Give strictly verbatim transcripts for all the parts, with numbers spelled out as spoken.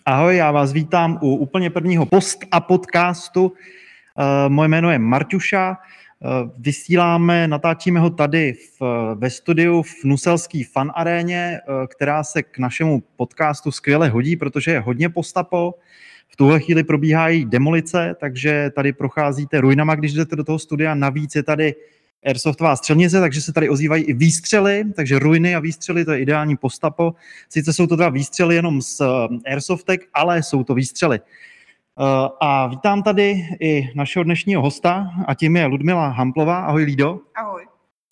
Ahoj, já vás vítám u úplně prvního post a podcastu. Moje jméno je Marťuša, vysíláme, natáčíme ho tady v, ve studiu v Nuselský fan aréně, která se k našemu podcastu skvěle hodí, protože je hodně postapo. V tuhle chvíli probíhají demolice, takže tady procházíte ruinama, když jdete do toho studia. Navíc je tady airsoftová střelnice, takže se tady ozývají i výstřely, takže ruiny a výstřely, to je ideální postapo. Sice jsou to teda výstřely jenom z airsoftek, ale jsou to výstřely. A vítám tady i našeho dnešního hosta, a tím je Ludmila Hamplová. Ahoj, Lído. Ahoj.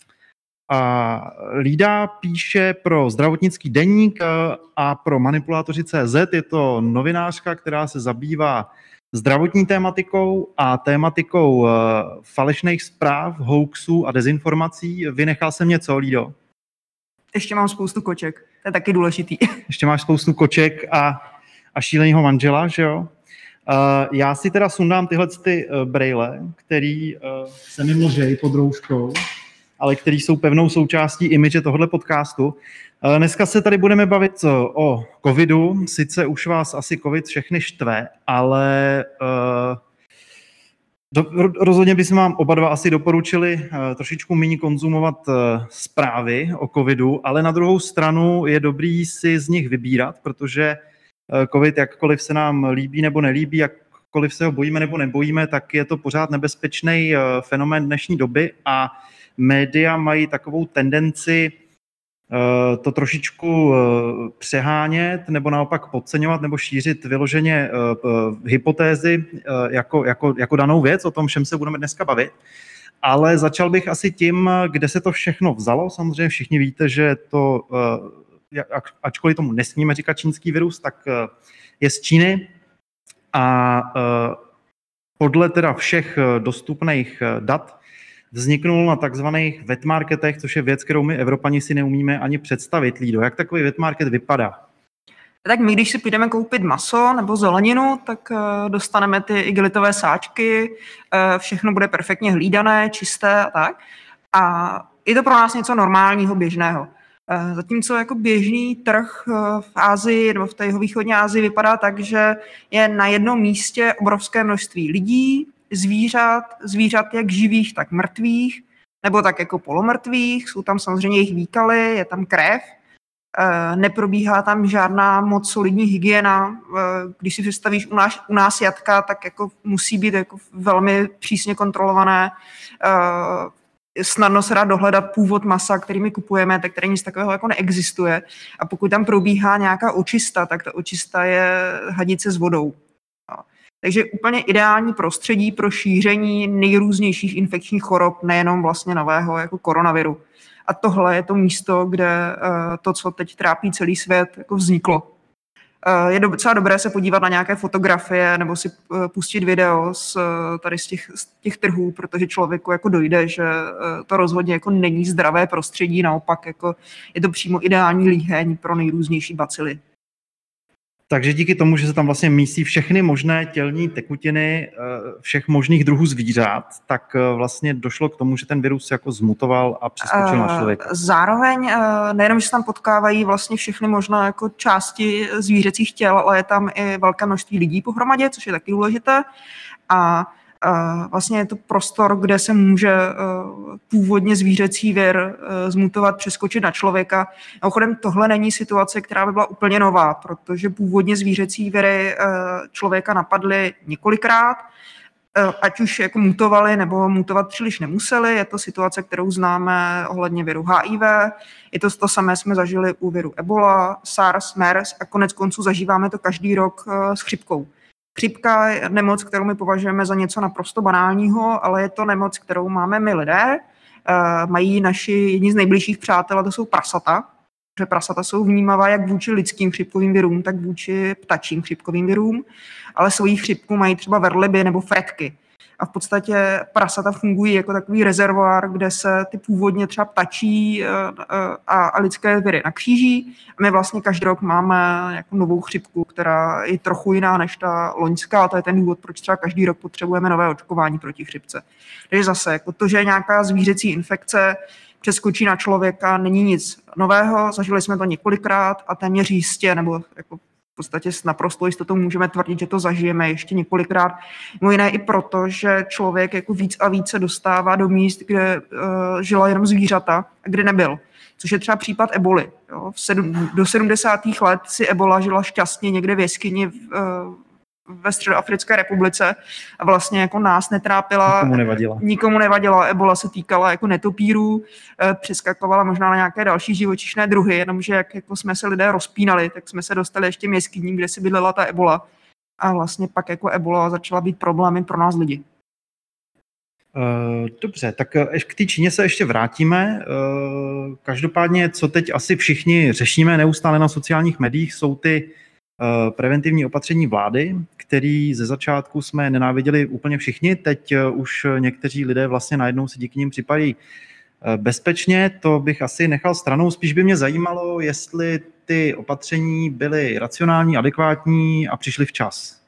A Lída píše pro Zdravotnický deník a pro Manipulátoři tečka cé zet. Je to novinářka, která se zabývá zdravotní tématikou a tématikou falešných zpráv, hoaxů a dezinformací. Vynechal jsem něco, Lído? Ještě mám spoustu koček, to je taky důležitý. Ještě máš spoustu koček a, a šílenýho manžela, že jo? Uh, já si teda sundám tyhle ty uh, brejle, který uh, se mi mlžej pod rouškou, ale který jsou pevnou součástí imidže tohohle podcastu. Uh, dneska se tady budeme bavit uh, o covidu, sice už vás asi covid všechny štve, ale uh, do, rozhodně bychom vám oba dva asi doporučili uh, trošičku méně konzumovat uh, zprávy o covidu, ale na druhou stranu je dobrý si z nich vybírat, protože covid, jakkoliv se nám líbí nebo nelíbí, jakkoliv se ho bojíme nebo nebojíme, tak je to pořád nebezpečný fenomén dnešní doby a média mají takovou tendenci to trošičku přehánět nebo naopak podceňovat nebo šířit vyloženě hypotézy jako, jako, jako danou věc, o tom všem se budeme dneska bavit. Ale začal bych asi tím, kde se to všechno vzalo. Samozřejmě všichni víte, že to, ačkoliv tomu nesmíme říkat čínský virus, tak je z Číny a podle teda všech dostupných dat vzniknul na takzvaných wet marketech, což je věc, kterou my Evropani si neumíme ani představit. Lído, jak takový wet market vypadá? Tak my, když si půjdeme koupit maso nebo zeleninu, tak dostaneme ty igelitové sáčky, všechno bude perfektně hlídané, čisté a tak. A je to pro nás něco normálního, běžného. Zatímco jako běžný trh v Asii nebo v té jihovýchodní Asii vypadá tak, že je na jednom místě obrovské množství lidí, zvířat, zvířat jak živých, tak mrtvých, nebo tak jako polomrtvých, jsou tam samozřejmě jejich výkaly, je tam krev, neprobíhá tam žádná moc solidní hygiena. Když si představíš u nás, u nás jatka, tak jako musí být jako velmi přísně kontrolované. Snadno se dá dohledat původ masa, který my kupujeme, tak který nic takového jako neexistuje. A pokud tam probíhá nějaká očista, tak ta očista je hadice s vodou. No. Takže úplně ideální prostředí pro šíření nejrůznějších infekčních chorob, nejenom vlastně nového jako koronaviru. A tohle je to místo, kde to, co teď trápí celý svět, jako vzniklo. Je docela dobré se podívat na nějaké fotografie nebo si pustit video z, tady z těch, z těch trhů, protože člověku jako dojde, že to rozhodně jako není zdravé prostředí, naopak jako je to přímo ideální líheň pro nejrůznější bacily. Takže díky tomu, že se tam vlastně mísí všechny možné tělní tekutiny všech možných druhů zvířat, tak vlastně došlo k tomu, že ten virus jako zmutoval a přeskočil na člověka. Zároveň nejenom, že se tam potkávají vlastně všechny možné jako části zvířecích těl, ale je tam i velké množství lidí pohromadě, což je taky důležité. A vlastně je to prostor, kde se může původně zvířecí vir zmutovat, přeskočit na člověka. Mimochodem, tohle není situace, která by byla úplně nová, protože původně zvířecí viry člověka napadly několikrát, ať už jako mutovali nebo mutovat příliš nemuseli. Je to situace, kterou známe ohledně viru H I V. Je to to samé jsme zažili u viru Ebola, SARS, MERS a konec konců zažíváme to každý rok s chřipkou. Chřipka je nemoc, kterou my považujeme za něco naprosto banálního, ale je to nemoc, kterou máme my lidé. Mají naši jedni z nejbližších přátel, a to jsou prasata. Protože prasata jsou vnímavá jak vůči lidským chřipkovým virům, tak vůči ptačím chřipkovým virům, ale svoji chřipku mají třeba verliby nebo fretky. A v podstatě prasata fungují jako takový rezervoár, kde se ty původně třeba ptačí a, a lidské viry nakříží. A my vlastně každý rok máme jako novou chřipku, která je trochu jiná než ta loňská, a to je ten důvod, proč třeba každý rok potřebujeme nové očkování proti chřipce. Takže zase, jako to, že je nějaká zvířecí infekce přeskočí na člověka, není nic nového, zažili jsme to několikrát a téměř jistě, nebo jako podstatě s naprostou jistotou můžeme tvrdit, že to zažijeme ještě několikrát. Mimo jiné i proto, že člověk jako víc a více dostává do míst, kde uh, žila jenom zvířata a kde nebyl. Což je třeba případ eboli. Jo. V sedm, do sedmdesátých let si ebola žila šťastně někde v jeskyni v, uh, ve Středoafrické republice a vlastně jako nás netrápila. Nikomu nevadila. Nikomu nevadila. Ebola se týkala jako netopírů, přeskakovala možná na nějaké další živočišné druhy, jenomže jak jako jsme se lidé rozpínali, tak jsme se dostali ještě k jeskyním, kde si bydlela ta ebola. A vlastně pak jako ebola začala být problémy pro nás lidi. Dobře, tak k té Číně se ještě vrátíme. Každopádně, co teď asi všichni řešíme neustále na sociálních médiích, jsou ty preventivní opatření vlády, který ze začátku jsme nenáviděli úplně všichni. Teď už někteří lidé vlastně najednou si díky nim připadají bezpečně. To bych asi nechal stranou. Spíš by mě zajímalo, jestli ty opatření byly racionální, adekvátní a přišly včas.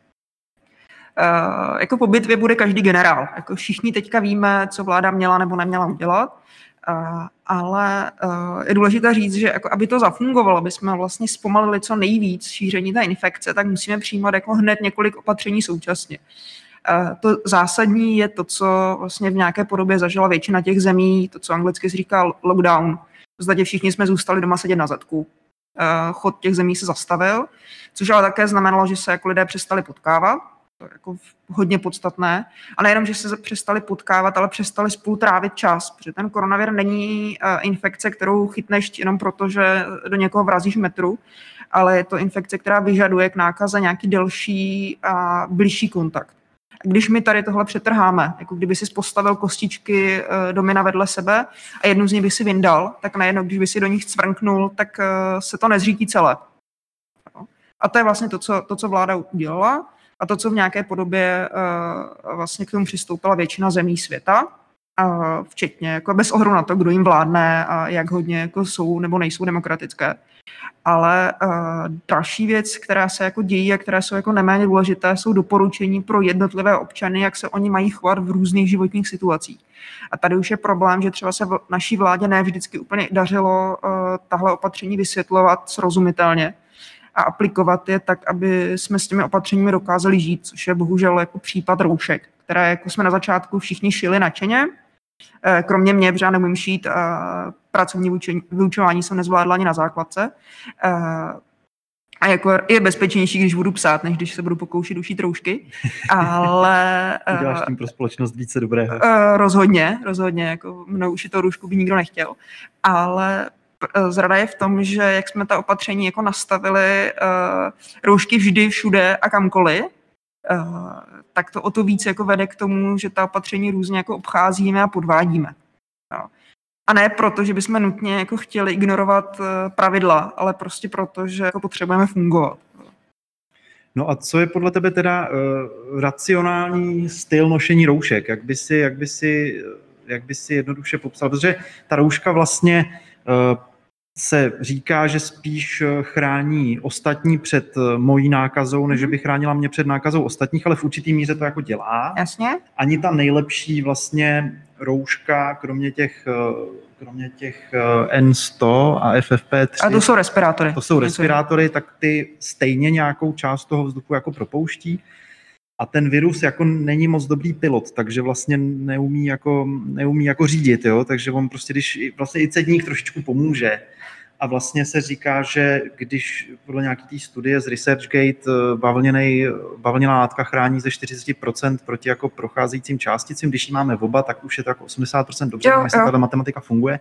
Uh, jako po bitvě bude každý generál. Jako všichni teďka víme, co vláda měla nebo neměla udělat. Uh, ale uh, je důležité říct, že jako, aby to zafungovalo, aby jsme vlastně zpomalili co nejvíc šíření té infekce, tak musíme přijímat jako hned několik opatření současně. Uh, to zásadní je to, co vlastně v nějaké podobě zažila většina těch zemí, to, co anglicky se říká lockdown. V podstatě všichni jsme zůstali doma sedět na zadku. Uh, chod těch zemí se zastavil, což ale také znamenalo, že se jako lidé přestali potkávat. To je jako hodně podstatné. A nejenom, že se přestali potkávat, ale přestali spolu trávit čas, protože ten koronavir není uh, infekce, kterou chytneš jenom proto, že do někoho vrazíš v metru, ale je to infekce, která vyžaduje k nákaze nějaký delší a blížší kontakt. A když my tady tohle přetrháme, jako kdyby si postavil kostičky uh, domina vedle sebe a jednu z nich by si vyndal, tak najednou, když by si do nich cvrknul, tak uh, se to nezřítí celé. A to je vlastně to, co, to, co vláda udělala. A to, co v nějaké podobě uh, vlastně k tomu přistoupila většina zemí světa, uh, včetně jako bez ohledu na to, kdo jim vládne a jak hodně jako jsou nebo nejsou demokratické. Ale uh, další věc, která se jako dějí a které jsou jako neméně důležité, jsou doporučení pro jednotlivé občany, jak se oni mají chovat v různých životních situacích. A tady už je problém, že třeba se v naší vládě ne vždycky úplně dařilo uh, tahle opatření vysvětlovat srozumitelně a aplikovat je tak, aby jsme s těmi opatřeními dokázali žít, což je bohužel jako případ roušek, které jako jsme na začátku všichni šili nadšeně, kromě mě, protože já nemůžu šít, pracovní vyučování jsem nezvládla ani na základce. A jako je bezpečnější, když budu psát, než když se budu pokoušet ušít roušky, ale... Uděláš tím pro společnost více dobrého. Rozhodně, rozhodně, jako mnou ušitou roušku by nikdo nechtěl, ale zrada je v tom, že jak jsme ta opatření jako nastavili uh, roušky vždy, všude a kamkoliv, uh, tak to o to víc jako vede k tomu, že ta opatření různě jako obcházíme a podvádíme. No. A ne proto, že bychom nutně jako chtěli ignorovat uh, pravidla, ale prostě proto, že jako potřebujeme fungovat. No a co je podle tebe teda uh, racionální styl nošení roušek? Jak by si, jak by si, jak by si jednoduše popsal? Protože ta rouška vlastně uh, se říká, že spíš chrání ostatní před mojí nákazou, než by chránila mě před nákazou ostatních, ale v určitý míře to jako dělá. Jasně. Ani ta nejlepší vlastně rouška, kromě těch, kromě těch N sto a F F P tři. A to jsou respirátory. To jsou respirátory, tak ty stejně nějakou část toho vzduchu jako propouští. A ten virus jako není moc dobrý pilot, takže vlastně neumí jako, neumí jako řídit, jo? Takže on prostě, když vlastně i cedník trošičku pomůže. A vlastně se říká, že když podle nějaký té studie z ResearchGate bavlněnej, bavlněná látka chrání ze čtyřicet procent proti jako procházejícím částicím, když ji máme oba, tak už je to jako osmdesát procent dobře, jo, jestli tato matematika funguje.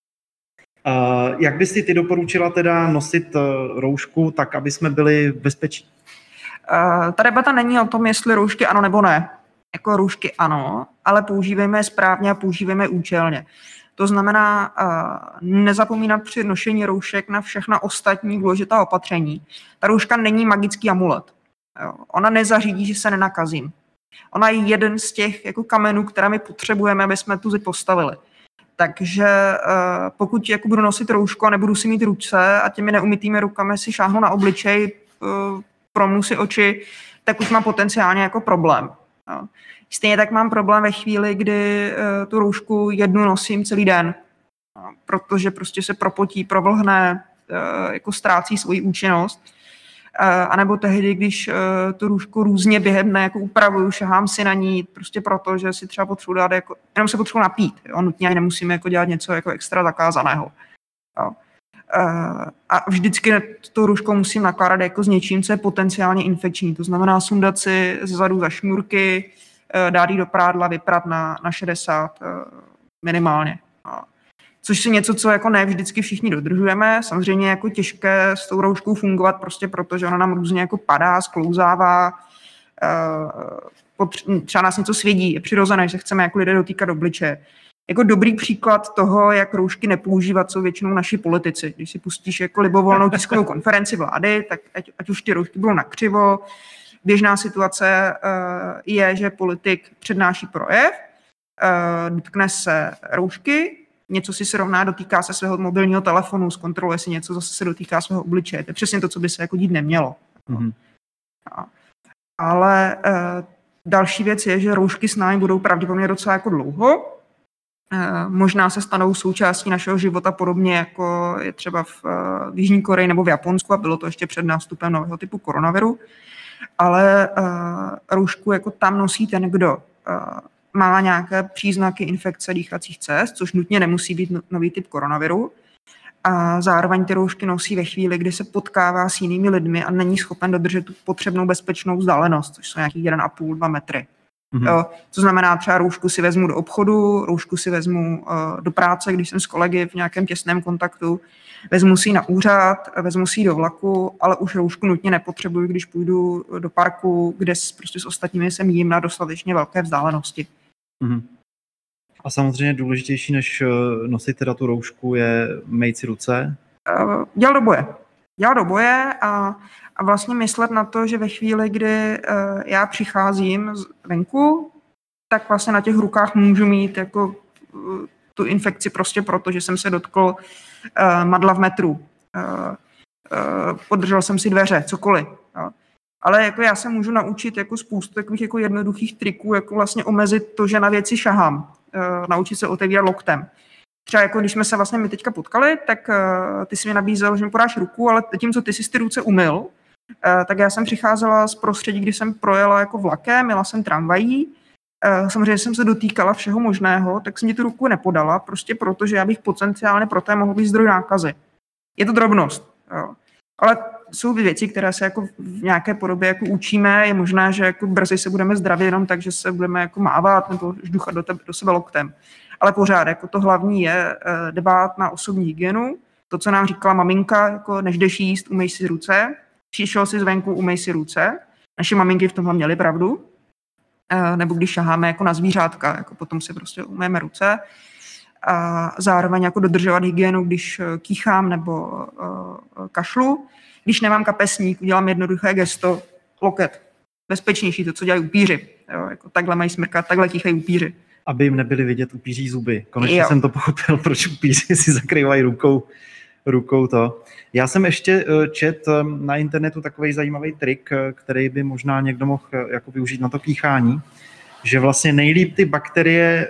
Uh, jak bys ty doporučila teda nosit roušku tak, aby jsme byli v bezpečí? Uh, ta debata není o tom, jestli roušky ano nebo ne. Jako roušky ano, ale používejme je správně a používejme je účelně. To znamená uh, nezapomínat při nošení roušek na všechna ostatní důležitá opatření. Ta rouška není magický amulet. Jo. Ona nezařídí, že se nenakazím. Ona je jeden z těch jako kamenů, které my potřebujeme, aby jsme tu zeď postavili. Takže uh, pokud jako budu nosit roušku a nebudu si mít ruce a těmi neumytými rukami si šáhnu na obličej, uh, promnu si oči, tak už mám potenciálně jako problém. Jo. Stejně tak mám problém ve chvíli, kdy uh, tu roušku jednu nosím celý den, no, protože prostě se propotí, provlhne, uh, jako ztrácí svoji účinnost. A nebo tehdy, když tu růžku různě během dne jako upravuju, šahám si na ní prostě proto, že si třeba potřebuji dát, jako, jenom se potřebuji napít. Jo? Nutně ani nemusíme jako dělat něco jako extra zakázaného. Jo? A vždycky tou růžkou musím nakládat jako s něčím, co je potenciálně infekční. To znamená sundat si zezadu za šňůrky, dát ji do prádla, vyprat na, na šedesát minimálně. Což je něco, co jako ne vždycky všichni dodržujeme. Samozřejmě je jako těžké s tou rouškou fungovat prostě proto, že ona nám různě jako padá, sklouzává, třeba nás něco svědí. Je přirozené, že se chceme jako lidé dotýkat obličeje. Jako dobrý příklad toho, jak roušky nepoužívat, jsou většinou naši politici. Když si pustíš jako libovolnou tiskovou konferenci vlády, tak ať, ať už ty roušky budou nakřivo. Běžná situace uh, je, že politik přednáší projev, uh, dotkne se roušky, něco si srovná, dotýká se svého mobilního telefonu, zkontroluje si něco, zase se dotýká svého obličeje. To je přesně to, co by se jako dít nemělo. Mm-hmm. No. Ale uh, další věc je, že roušky s námi budou pravděpodobně docela jako dlouho. Možná se stanou součástí našeho života podobně, jako je třeba v, v Jižní Koreji nebo v Japonsku, a bylo to ještě před nástupem nového typu koronaviru. Ale uh, roušku jako tam nosí ten, kdo uh, má nějaké příznaky infekce dýchacích cest, což nutně nemusí být nový typ koronaviru. A zároveň ty roušky nosí ve chvíli, kdy se potkává s jinými lidmi a není schopen dodržet tu potřebnou bezpečnou vzdálenost, což jsou nějakých jedna a půl až dva metry. Mm-hmm. To znamená, třeba roušku si vezmu do obchodu, roušku si vezmu uh, do práce, když jsem s kolegy v nějakém těsném kontaktu, vezmu si ji na úřad, vezmu si ji do vlaku, ale už roušku nutně nepotřebuji, když půjdu do parku, kde s, prostě s ostatními jsem jím na dostatečně velké vzdálenosti. Mm-hmm. A samozřejmě důležitější, než nosit teda tu roušku, je mejt si ruce? Uh, dělal do boje. Dělal do boje a A vlastně myslet na to, že ve chvíli, kdy uh, já přicházím venku, tak vlastně na těch rukách můžu mít jako uh, tu infekci prostě proto, že jsem se dotkl uh, madla v metru. Uh, uh, podržel jsem si dveře, cokoliv. Jo. Ale jako já se můžu naučit jako spoustu takových jako jednoduchých triků, jako vlastně omezit to, že na věci šahám. Uh, naučit se otevírat loktem. Třeba jako když jsme se vlastně my teďka potkali, tak uh, ty jsi mi nabízel, že mi podáš ruku, ale tím, co ty jsi ty ruce umyl, uh, tak já jsem přicházela z prostředí, kdy jsem projela jako vlakem, jela jsem tramvají, uh, samozřejmě jsem se dotýkala všeho možného, tak jsem ti tu ruku nepodala, prostě proto, že já bych potenciálně pro té mohl být zdroj nákazy. Je to drobnost, jo. Ale jsou věci, které se jako v nějaké podobě jako učíme, je možné, že jako brzy se budeme zdravit jenom tak, že se budeme jako mávat nebo žduchat do, tebe, do sebe loktem. Ale pořád, jako to hlavní je uh, dbát na osobní hygienu. To, co nám říkala maminka, jako než jdeš jíst, umyj si ruce. Přišel si zvenku, umyj si ruce. Naše maminky v tomhle měly pravdu. Uh, nebo když šaháme jako na zvířátka, jako potom si prostě umyjeme ruce. A zároveň jako dodržovat hygienu, když kýchám nebo uh, kašlu. Když nemám kapesník, udělám jednoduché gesto, loket. Bezpečnější, to, co dělají upíři. Jo, jako takhle mají smrkat, takhle kýchají upíři. Aby jim nebyly vidět upíří zuby. Konečně jo. jsem to pochopil, proč upíři si zakrývají rukou, rukou to. Já jsem ještě čet na internetu takový zajímavý trik, který by možná někdo mohl jako využít na to kýchání, že vlastně nejlíp ty bakterie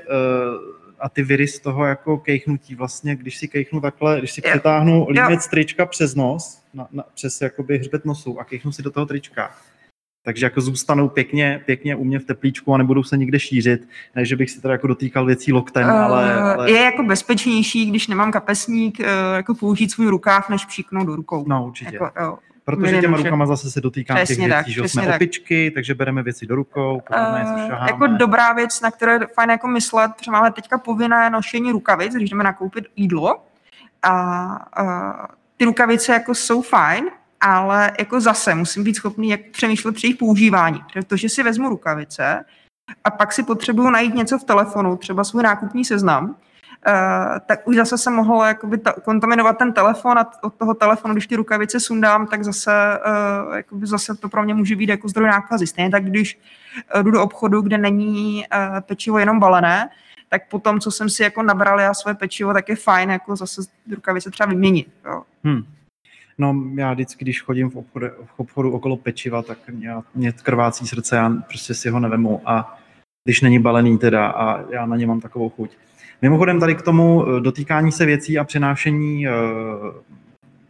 a ty viry z toho jako kejchnutí, vlastně, když si kejchnu takhle, když si jo. přetáhnu límec trička přes nos, na, na, přes jakoby hřbet nosu a kejchnu si do toho trička, takže jako zůstanou pěkně, pěkně u mě v teplíčku a nebudou se nikde šířit, než že bych si teda jako dotýkal věcí loktem, uh, ale, ale... Je jako bezpečnější, když nemám kapesník, jako použít svůj rukáv, než příknout do rukou. No určitě. Jako, jo. Protože těma rukama zase se dotýkám přesně těch věcí, tak, že jsme tak. opičky, takže bereme věci do rukou, uh, něco šaháme. Jako dobrá věc, na které je fajn jako myslet, protože máme teďka povinné nošení rukavic, když jdeme nakoupit jídlo. A, a ty rukavice jako jsou fajn, ale jako zase musím být schopný jak přemýšlet při jejich používání. Protože si vezmu rukavice a pak si potřebuju najít něco v telefonu, třeba svůj nákupní seznam, uh, tak už zase se mohlo jakoby ta, kontaminovat ten telefon a od toho telefonu, když ty rukavice sundám, tak zase, uh, jakoby zase to pro mě může být jako zdroj nákazy. Stejně tak, když uh, jdu do obchodu, kde není uh, pečivo jenom balené, tak potom, co jsem si jako nabral já své pečivo, tak je fajn jako zase rukavice třeba vyměnit. Jo. Hmm. No já vždycky, když chodím v obchodu, v obchodu okolo pečiva, tak mě, mě krvácí srdce, já prostě si ho nevemu a když není balený teda a já na ně mám takovou chuť. Mimochodem tady k tomu dotýkání se věcí a přenášení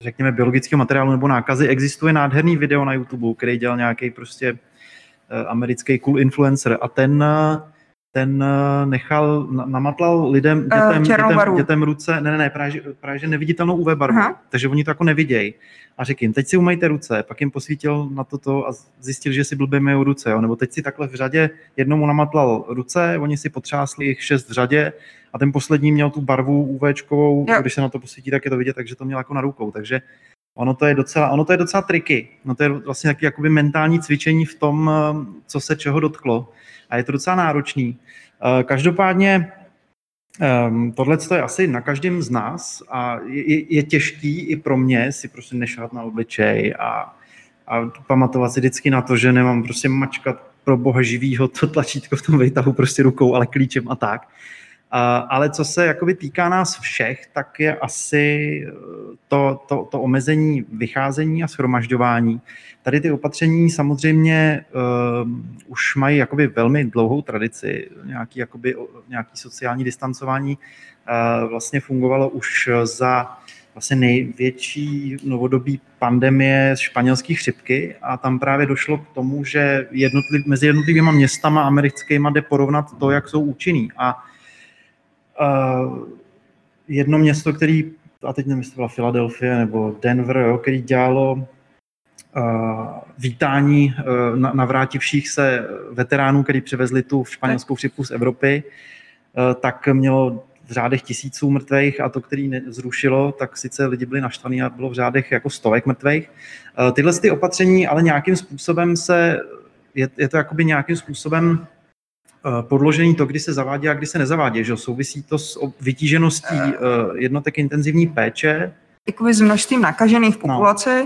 řekněme, biologického materiálu nebo nákazy. Existuje nádherný video na YouTube, který dělal nějaký prostě americký cool influencer a ten, ten nechal, namatlal lidem, dětem, dětem, dětem ruce, ne, ne, ne, právě, právě že neviditelnou U V barvu, Aha. takže oni to jako nevidějí. A řekl jim, teď si umejte ruce, pak jim posvítil na toto a zjistil, že si blbě myjou ruce, jo? Nebo teď si takhle v řadě, jednomu namatlal ruce, oni si potřásli jich šest v řadě a ten poslední měl tu barvu UVčkovou, jo. Když se na to posvítí, tak je to vidět, takže to měl jako na rukou, takže ono to je docela, ono to je docela triky, no to je vlastně taky jakoby mentální cvičení v tom, co se čeho dotklo a je to docela náročný. Každopádně tohle je asi na každém z nás a je, je těžký i pro mě si prostě nešát na obličej a, a pamatovat si vždycky na to, že nemám prostě mačkat pro boha živýho to tlačítko v tom výtahu prostě rukou, ale klíčem a tak. A, ale co se jakoby týká nás všech, tak je asi to, to, to omezení vycházení a shromažďování. Tady ty opatření samozřejmě uh, už mají jakoby velmi dlouhou tradici, nějaký, jakoby, nějaký sociální distancování uh, vlastně fungovalo už za vlastně největší novodobí pandemie španělské chřipky a tam právě došlo k tomu, že jednotliv, mezi jednotlivýma městama americkýma jde porovnat to, jak jsou účinný. A Uh, jedno město, který, a teď nevím, jestli to byla Philadelphia nebo Denver, jo, který dělalo uh, vítání uh, navrátivších se veteránů, který přivezli tu španělskou chřipku z Evropy, uh, tak mělo v řádech tisíců mrtvejch a to, který zrušilo, tak sice lidi byli naštvaní a bylo v řádech jako stovek mrtvejch. Uh, tyhle ty opatření ale nějakým způsobem se, je, je to jakoby nějakým způsobem podložený to, kdy se zavádí a kdy se nezavádí, že souvisí to s vytížeností jednotek intenzivní péče. Jakoby s množstvím nakažených v populaci, no.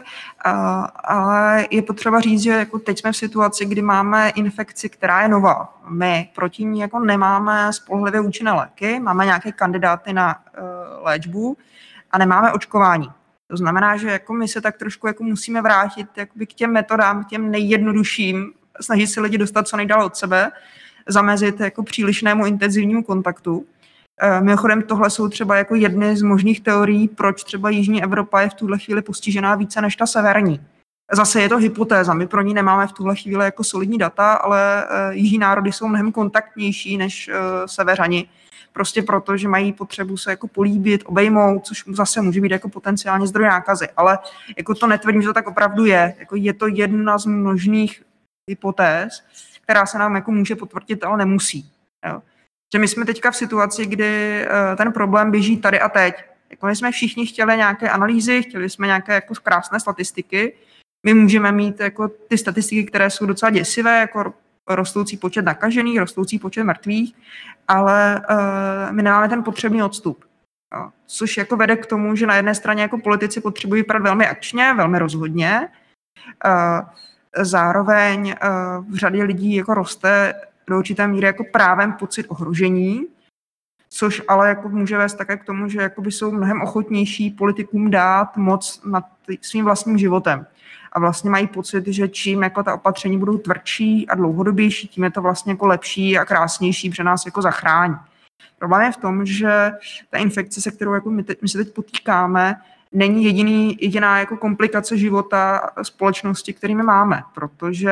Ale je potřeba říct, že jako teď jsme v situaci, kdy máme infekci, která je nová. My proti ní jako nemáme spolehlivě účinné léky, máme nějaké kandidáty na uh, léčbu a nemáme očkování. To znamená, že jako my se tak trošku jako musíme vrátit k těm metodám, k těm nejjednodušším, snažit si lidi dostat co nejdál od sebe, zamezit jako přílišnému intenzivnímu kontaktu. Mimochodem tohle jsou třeba jako jedny z možných teorií, proč třeba Jižní Evropa je v tuhle chvíli postižená více než ta severní. Zase je to hypotéza, my pro ní nemáme v tuhle chvíli jako solidní data, ale jižní národy jsou mnohem kontaktnější než severani. Prostě proto, že mají potřebu se jako políbit, obejmout, což zase může být jako potenciálně zdroj nákazy. Ale jako to netvrdím, že to tak opravdu je. Jako je to jedna z možných hypotéz, která se nám jako může potvrdit, ale nemusí. Jo. Že my jsme teďka v situaci, kdy uh, ten problém běží tady a teď. Jako my jsme všichni chtěli nějaké analýzy, chtěli jsme nějaké jako krásné statistiky. My můžeme mít jako ty statistiky, které jsou docela děsivé, jako rostoucí počet nakažených, rostoucí počet mrtvých, ale uh, my nemáme ten potřebný odstup. Jo. Což jako vede k tomu, že na jedné straně jako politici potřebují vypadat velmi akčně, velmi rozhodně. Uh, Zároveň uh, v řadě lidí jako roste do určité míry jako právem pocit ohrožení, což ale jako může vést také k tomu, že jakoby jsou mnohem ochotnější politikům dát moc nad svým vlastním životem. A vlastně mají pocit, že čím jako ta opatření budou tvrdší a dlouhodobější, tím je to vlastně jako lepší a krásnější, protože nás jako zachrání. Problém je v tom, že ta infekce, se kterou jako my, te- my se teď potýkáme, není jediný, jediná jako komplikace života společnosti, kterými máme, protože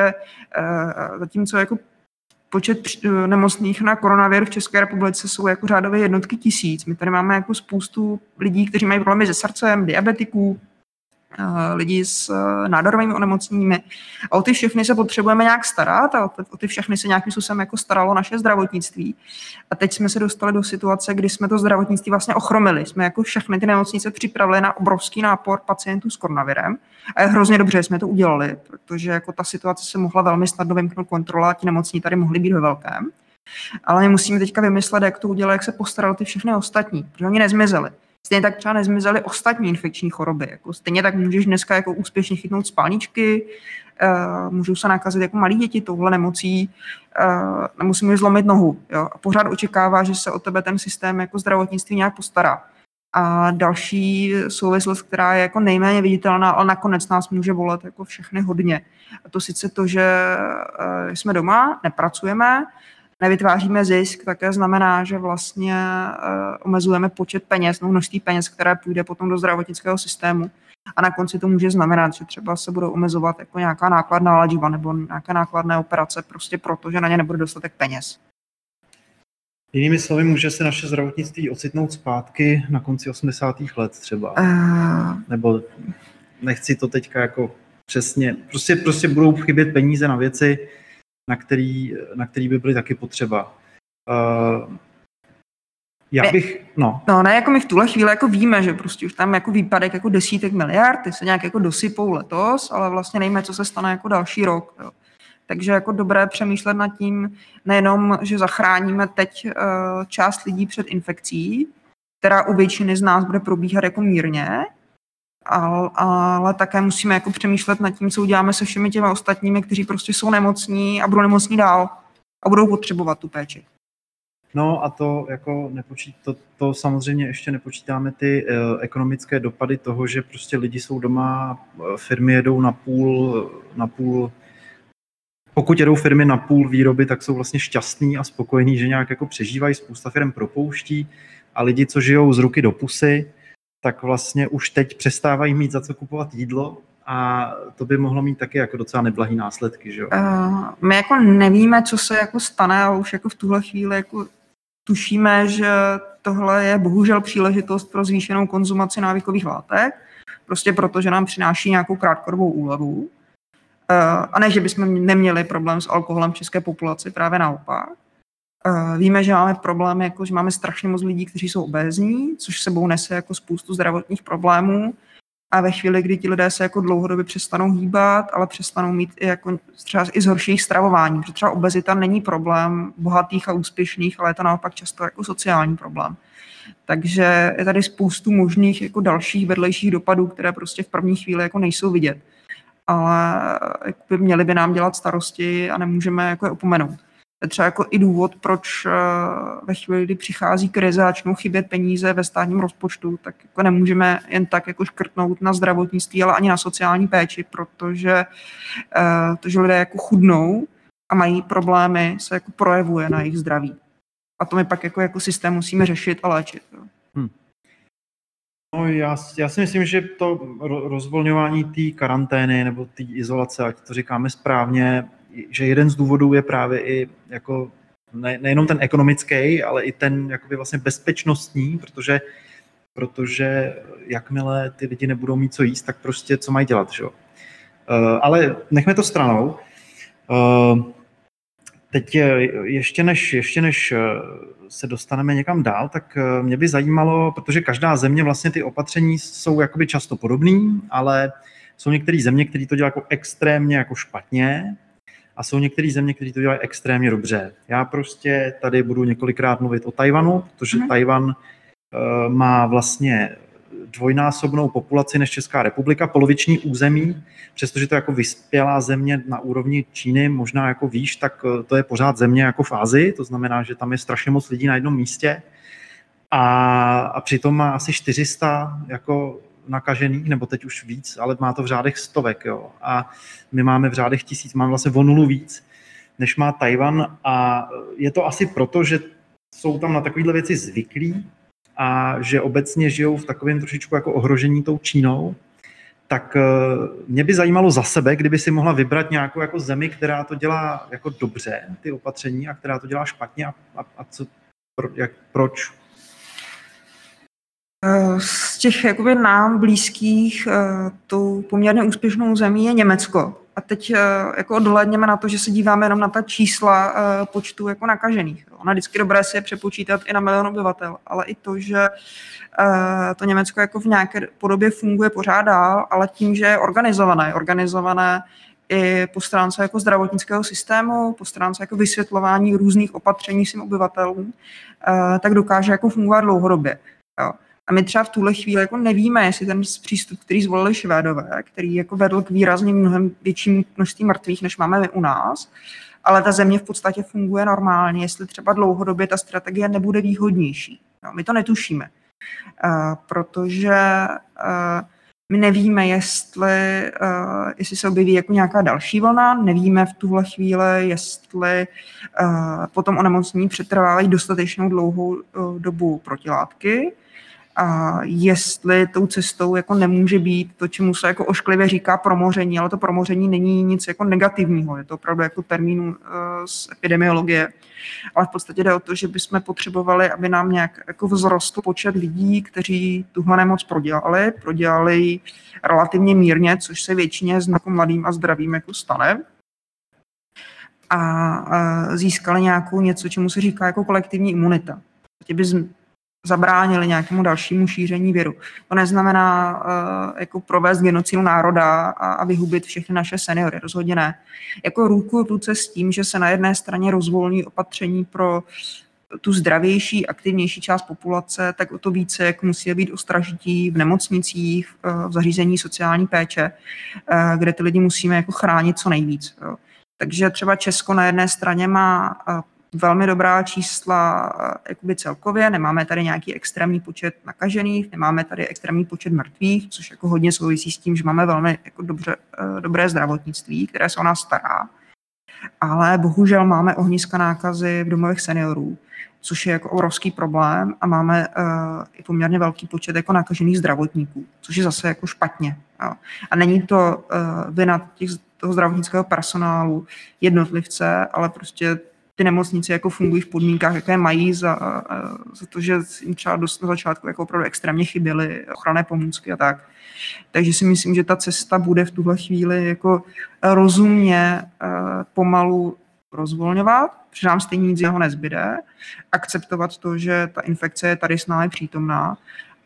e, zatímco jako počet nemocných na koronavir v České republice jsou jako řádově jednotky tisíc. My tady máme jako spoustu lidí, kteří mají problémy se srdcem, diabetiků, lidi s nádorovými onemocněními. A o ty všechny se potřebujeme nějak starat a o ty všechny se nějakým způsobem jako staralo naše zdravotnictví. A teď jsme se dostali do situace, kdy jsme to zdravotnictví vlastně ochromili. Jsme jako všechny ty nemocnice připravili na obrovský nápor pacientů s koronavirem. A je hrozně dobře, že jsme to udělali, protože jako ta situace se mohla velmi snadno vymknout kontrola a ti nemocní tady mohli být ve velkém. Ale my musíme teďka vymyslet, jak to udělat, jak se postarat ty všechny ostatní, protože oni nezmizeli. Stejně tak třeba nezmizely ostatní infekční choroby. Jako stejně tak můžeš dneska jako úspěšně chytnout spalničky, uh, můžou se nakazit jako malí děti touhle nemocí, uh, nemusí mi zlomit nohu. Jo? A pořád očekává, že se o tebe ten systém jako zdravotnictví nějak postará. A další souvislost, která je jako nejméně viditelná, ale nakonec nás může bolet jako všechny hodně. A to sice to, že uh, jsme doma, nepracujeme, nevytváříme zisk, také znamená, že vlastně uh, omezujeme počet peněz, no množství peněz, které půjde potom do zdravotnického systému. a na konci to může znamenat, že třeba se budou omezovat jako nějaká nákladná léčba nebo nějaké nákladné operace prostě proto, že na ně nebude dostatek peněz. Jinými slovy, může se naše zdravotnictví ocitnout zpátky na konci osmdesátých let třeba? Uh... Nebo nechci to teďka jako přesně, prostě, prostě budou chybět peníze na věci, na který, na který by byly taky potřeba. Uh, já bych, no. No ne, jako my v tuhle chvíli jako víme, že prostě už tam jako výpadek jako desítek miliard, ty se nějak jako dosypou letos, ale vlastně nevíme, co se stane jako další rok. Jo. Takže jako dobré přemýšlet nad tím nejenom, že zachráníme teď uh, část lidí před infekcí, která u většiny z nás bude probíhat jako mírně, ale, ale také musíme jako přemýšlet nad tím, co uděláme se všemi těmi ostatními, kteří prostě jsou nemocní a budou nemocní dál a budou potřebovat tu péči. No a to jako nepočít, to, to samozřejmě ještě nepočítáme ty uh, ekonomické dopady toho, že prostě lidi jsou doma, firmy jedou na půl, na půl Pokud jedou firmy na půl výroby, tak jsou vlastně šťastní a spokojení, že nějak jako přežívají, spousta firm propouští a lidi, co žijou z ruky do pusy, tak vlastně už teď přestávají mít za co kupovat jídlo a to by mohlo mít taky jako docela neblahý následky, že jo? Uh, my jako nevíme, co se jako stane, ale už jako v tuhle chvíli jako tušíme, že tohle je bohužel příležitost pro zvýšenou konzumaci návykových látek, prostě proto, že nám přináší nějakou krátkodobou úlevu. A ne, že bychom neměli problém s alkoholem v české populaci, právě naopak. Víme, že máme problém, jako, že máme strašně moc lidí, kteří jsou obézní, což sebou nese jako spoustu zdravotních problémů. A ve chvíli, kdy ti lidé se jako dlouhodobě přestanou hýbat, ale přestanou mít i, jako, třeba i zhoršení stravování, protože třeba obezita není problém bohatých a úspěšných, ale je to naopak často jako sociální problém. Takže je tady spoustu možných jako dalších vedlejších dopadů, které prostě v první chvíli jako nejsou vidět. Ale by měli by nám dělat starosti a nemůžeme jako je opomenout. To je třeba jako i důvod, proč ve chvíli, kdy přichází krize a začnou chybět peníze ve státním rozpočtu, tak jako nemůžeme jen tak jako škrtnout na zdravotnictví, ale ani na sociální péči, protože to, že lidé jako chudnou a mají problémy, se jako projevuje na jejich zdraví. A to my pak jako, jako systém musíme řešit a léčit. Hmm. No, já, já si myslím, že to rozvolňování té karantény nebo té izolace, ať to říkáme správně, že jeden z důvodů je právě i jako ne, nejenom ten ekonomický, ale i ten jakoby vlastně bezpečnostní, protože, protože jakmile ty lidi nebudou mít co jíst, tak prostě co mají dělat, že? Uh, ale nechme to stranou. Uh, teď ještě než, ještě než se dostaneme někam dál, tak mě by zajímalo, protože každá země vlastně ty opatření jsou jakoby často podobný, ale jsou některé země, které to dělají jako extrémně jako špatně a jsou některé země, které to dělají extrémně dobře. Já prostě tady budu několikrát mluvit o Tajvanu, protože hmm. Tajvan uh, má vlastně dvojnásobnou populaci než Česká republika, poloviční území, přestože to je jako vyspělá země na úrovni Číny, možná jako výš, tak to je pořád země jako v Asii, to znamená, že tam je strašně moc lidí na jednom místě a, a přitom má asi čtyři sta jako nakažených, nebo teď už víc, ale má to v řádech stovek, jo. A my máme v řádech tisíc, máme vlastně o nulu víc, než má Tajvan a je to asi proto, že jsou tam na takovéhle věci zvyklí, a že obecně žijou v takovém trošičku jako ohrožení tou Čínou, tak mě by zajímalo za sebe, kdyby si mohla vybrat nějakou jako zemi, která to dělá jako dobře, ty opatření, a která to dělá špatně a, a, a co, pro, jak, proč? Z těch jakoby nám blízkých tou poměrně úspěšnou zemí je Německo. A teď jako odhlédněme na to, že se díváme jenom na ta čísla počtu jako nakažených. Ono je vždycky dobré si je přepočítat i na milion obyvatel, ale i to, že to Německo jako v nějaké podobě funguje pořád dál, ale tím, že je organizované, organizované i po stránce jako zdravotnického systému, po stránce jako vysvětlování různých opatření svým obyvatelům, tak dokáže jako fungovat dlouhodobě. Jo. A my třeba v tuhle chvíli jako nevíme, jestli ten přístup, který zvolili Švédové, který jako vedl k výrazně mnohem větším množství mrtvých, než máme my u nás, ale ta země v podstatě funguje normálně, jestli třeba dlouhodobě ta strategie nebude výhodnější. No, my to netušíme, uh, protože uh, my nevíme, jestli, uh, jestli se objeví jako nějaká další vlna, nevíme v tuhle chvíli, jestli uh, potom onemocnění přetrvávají dostatečnou dlouhou uh, dobu protilátky. a jestli tou cestou jako nemůže být to, čemu se jako ošklivě říká promoření, ale to promoření není nic jako negativního, je to opravdu jako termín uh, z epidemiologie. Ale v podstatě jde o to, že bychom potřebovali, aby nám nějak jako vzrostl počet lidí, kteří tuhle nemoc prodělali, prodělali relativně mírně, což se většině z jako mladým a zdravým jako stane. A získali nějakou něco, čemu se říká jako kolektivní imunita. By zabránili nějakému dalšímu šíření viru. To neznamená uh, jako provést genocidu národa a, a vyhubit všechny naše seniory, rozhodně ne. Jako ruku v ruce s tím, že se na jedné straně rozvolní opatření pro tu zdravější, aktivnější část populace, tak o to více jak musí být ostražití v nemocnicích, v zařízení sociální péče, uh, kde ty lidi musíme jako chránit co nejvíc. Jo. Takže třeba Česko na jedné straně má uh, velmi dobrá čísla jakoby celkově, nemáme tady nějaký extrémní počet nakažených, nemáme tady extrémní počet mrtvých, což jako hodně souvisí s tím, že máme velmi jako dobře, dobré zdravotnictví, které se o nás stará. Ale bohužel máme ohniska nákazy v domovech seniorů, což je jako obrovský problém a máme uh, i poměrně velký počet jako nakažených zdravotníků, což je zase jako špatně. Jo. A není to uh, vina těch, toho zdravotnického personálu jednotlivce, ale prostě ty nemocnice jako fungují v podmínkách, jaké mají, za, za to, že jim třeba dost na začátku jako opravdu extrémně chyběly ochranné pomůcky a tak. Takže si myslím, že ta cesta bude v tuhle chvíli jako rozumně pomalu rozvolňovat, protože nám stejně nic jeho nezbyde, akceptovat to, že ta infekce je tady s námi přítomná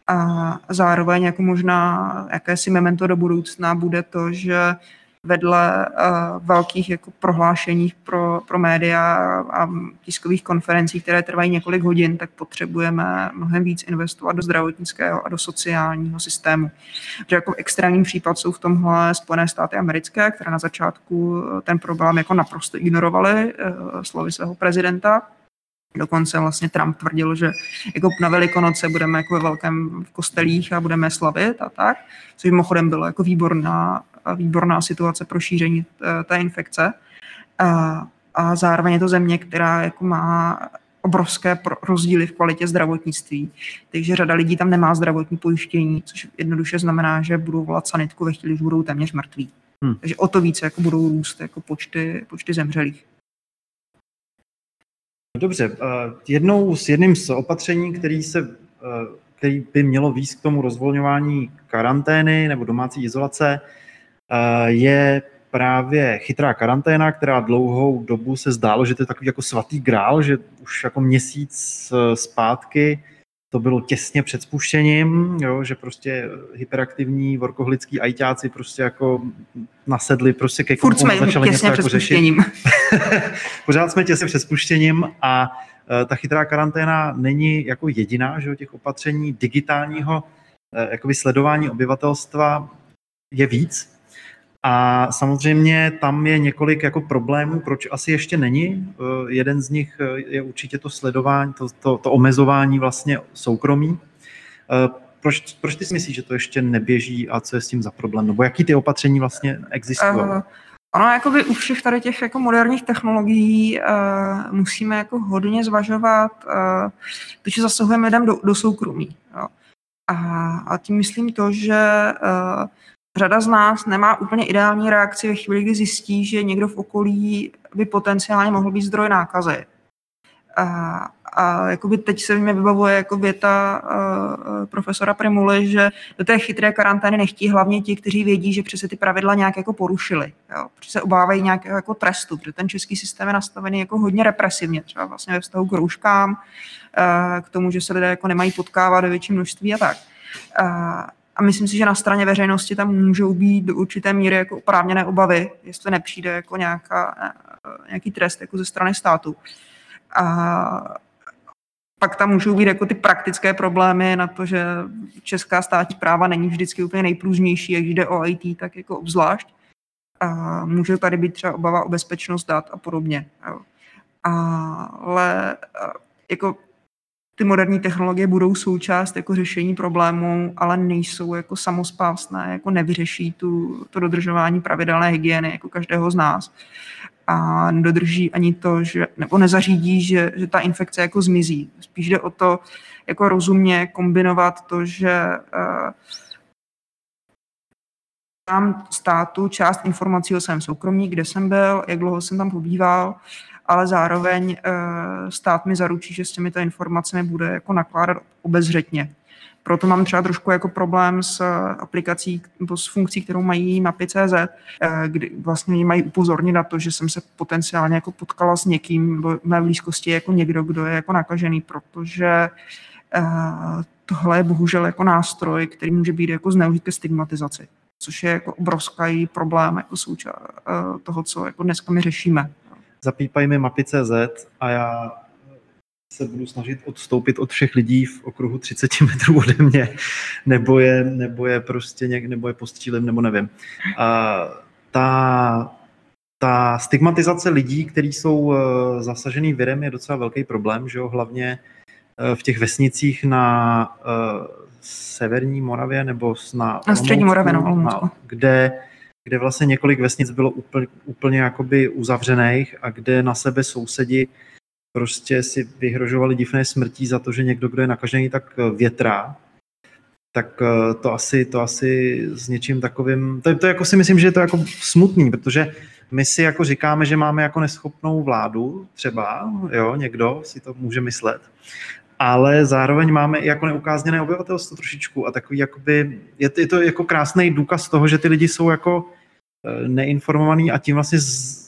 a zároveň jako možná jakési memento do budoucna bude to, že vedle uh, velkých jako prohlášení pro, pro média a tiskových konferencí, které trvají několik hodin, tak potřebujeme mnohem víc investovat do zdravotnického a do sociálního systému. Že jako extrémní případ jsou v tomhle Spojené státy americké, které na začátku ten problém jako naprosto ignorovaly uh, slovy svého prezidenta. Dokonce vlastně Trump tvrdil, že jako na Velikonoce budeme jako ve velkém v kostelích a budeme slavit a tak, což mimochodem bylo jako výborná, výborná situace pro šíření té infekce. A, a zároveň je to země, která jako má obrovské rozdíly v kvalitě zdravotnictví. Takže řada lidí tam nemá zdravotní pojištění, což jednoduše znamená, že budou volat sanitku ve chvíli, že budou téměř mrtví. Hmm. Takže o to více jako budou růst jako počty, počty zemřelých. Dobře, jednou z jedním z opatření, který, se, který by mělo vést k tomu rozvolňování karantény nebo domácí izolace, je právě chytrá karanténa, která dlouhou dobu se zdálo, že to je takový jako svatý grál, že už jako měsíc zpátky to bylo těsně před spuštěním, jo, že prostě hyperaktivní workoholický ajťáci prostě jako nasedli prostě ke kompům a začali něco jako řešit. Pořád jsme těsně před spuštěním a uh, ta chytrá karanténa není jako jediná, že jo, těch opatření digitálního uh, jakoby sledování obyvatelstva je víc. A samozřejmě tam je několik jako problémů, proč asi ještě není. Jeden z nich je určitě to sledování, to, to, to omezování vlastně soukromí. Proč, proč ty si myslíš, že to ještě neběží a co je s tím za problém? Nebo jaký ty opatření vlastně existují? Uh, ono jakoby u všech tady těch jako moderních technologií uh, musíme jako hodně zvažovat, uh, to, že zasahujeme lidem do, do soukromí. Jo. A, a tím myslím to, že uh, řada z nás nemá úplně ideální reakci ve chvíli, kdy zjistí, že někdo v okolí by potenciálně mohl být zdroj nákazy. A, a jakoby teď se mi vybavuje jako věta uh, profesora Primuly, že do té chytré karantény nechtějí hlavně ti, kteří vědí, že přece ty pravidla nějak jako porušili. Jo? Protože se obávají nějakého jako trestu, protože ten český systém je nastavený jako hodně represivně, třeba vlastně ve vztahu k rouškám, uh, k tomu, že se lidé jako nemají potkávat ve větším množství a tak. Uh, A myslím si, že na straně veřejnosti tam můžou být do určité míry jako oprávněné obavy, jestli nepřijde jako nějaká, nějaký trest jako ze strany státu. A pak tam můžou být jako ty praktické problémy na to, že česká státní správa není vždycky úplně nejpružnější, jak jde o í té, tak jako obzvlášť. A může tady být třeba obava o bezpečnost dat a podobně. Ale jako ty moderní technologie budou součást jako řešení problémů, ale nejsou jako samospásné, jako nevyřeší tu, to dodržování pravidelné hygieny jako každého z nás. A nedodrží ani to, že, nebo nezařídí, že, že ta infekce jako zmizí. Spíš jde o to, jako rozumně kombinovat to, že uh, mám státu část informací o svém soukromí, kde jsem byl, jak dlouho jsem tam pobýval, ale zároveň uh, stát mi zaručí, že s těmito informacemi bude jako nakládat obezřetně. Proto mám třeba trošku jako problém s aplikací nebo s funkcí, kterou mají mapy tečka cé zet, kdy vlastně mají upozornit na to, že jsem se potenciálně jako potkala s někým, nebo v mé blízkosti jako někdo, kdo je jako nakažený, protože tohle je bohužel jako nástroj, který může být jako zneužit ke stigmatizaci, což je jako obrovský problém jako součást toho, co jako dneska my řešíme. Zapípají mi mapy tečka cé zet a já se budu snažit odstoupit od všech lidí v okruhu třicet metrů ode mě, nebo je, nebo je prostě něk, nebo je postřílím, nebo nevím. A ta, ta stigmatizace lidí, kteří jsou zasažený virem, je docela velký problém, že jo? Hlavně v těch vesnicích na uh, severní Moravě, nebo na, na střední Moravě, no, na, kde, kde vlastně několik vesnic bylo úplně, úplně jakoby uzavřených a kde na sebe sousedi prostě si vyhrožovali divné smrtí za to, že někdo, kdo je nakažený, tak větrá, tak to asi, to asi s něčím takovým, to, to jako si myslím, že je to jako smutný, protože my si jako říkáme, že máme jako neschopnou vládu, třeba, jo, někdo si to může myslet, ale zároveň máme i jako neukázněné obyvatelstvo trošičku a takový jakoby, je to, je to jako krásný důkaz toho, že ty lidi jsou jako neinformovaní a tím vlastně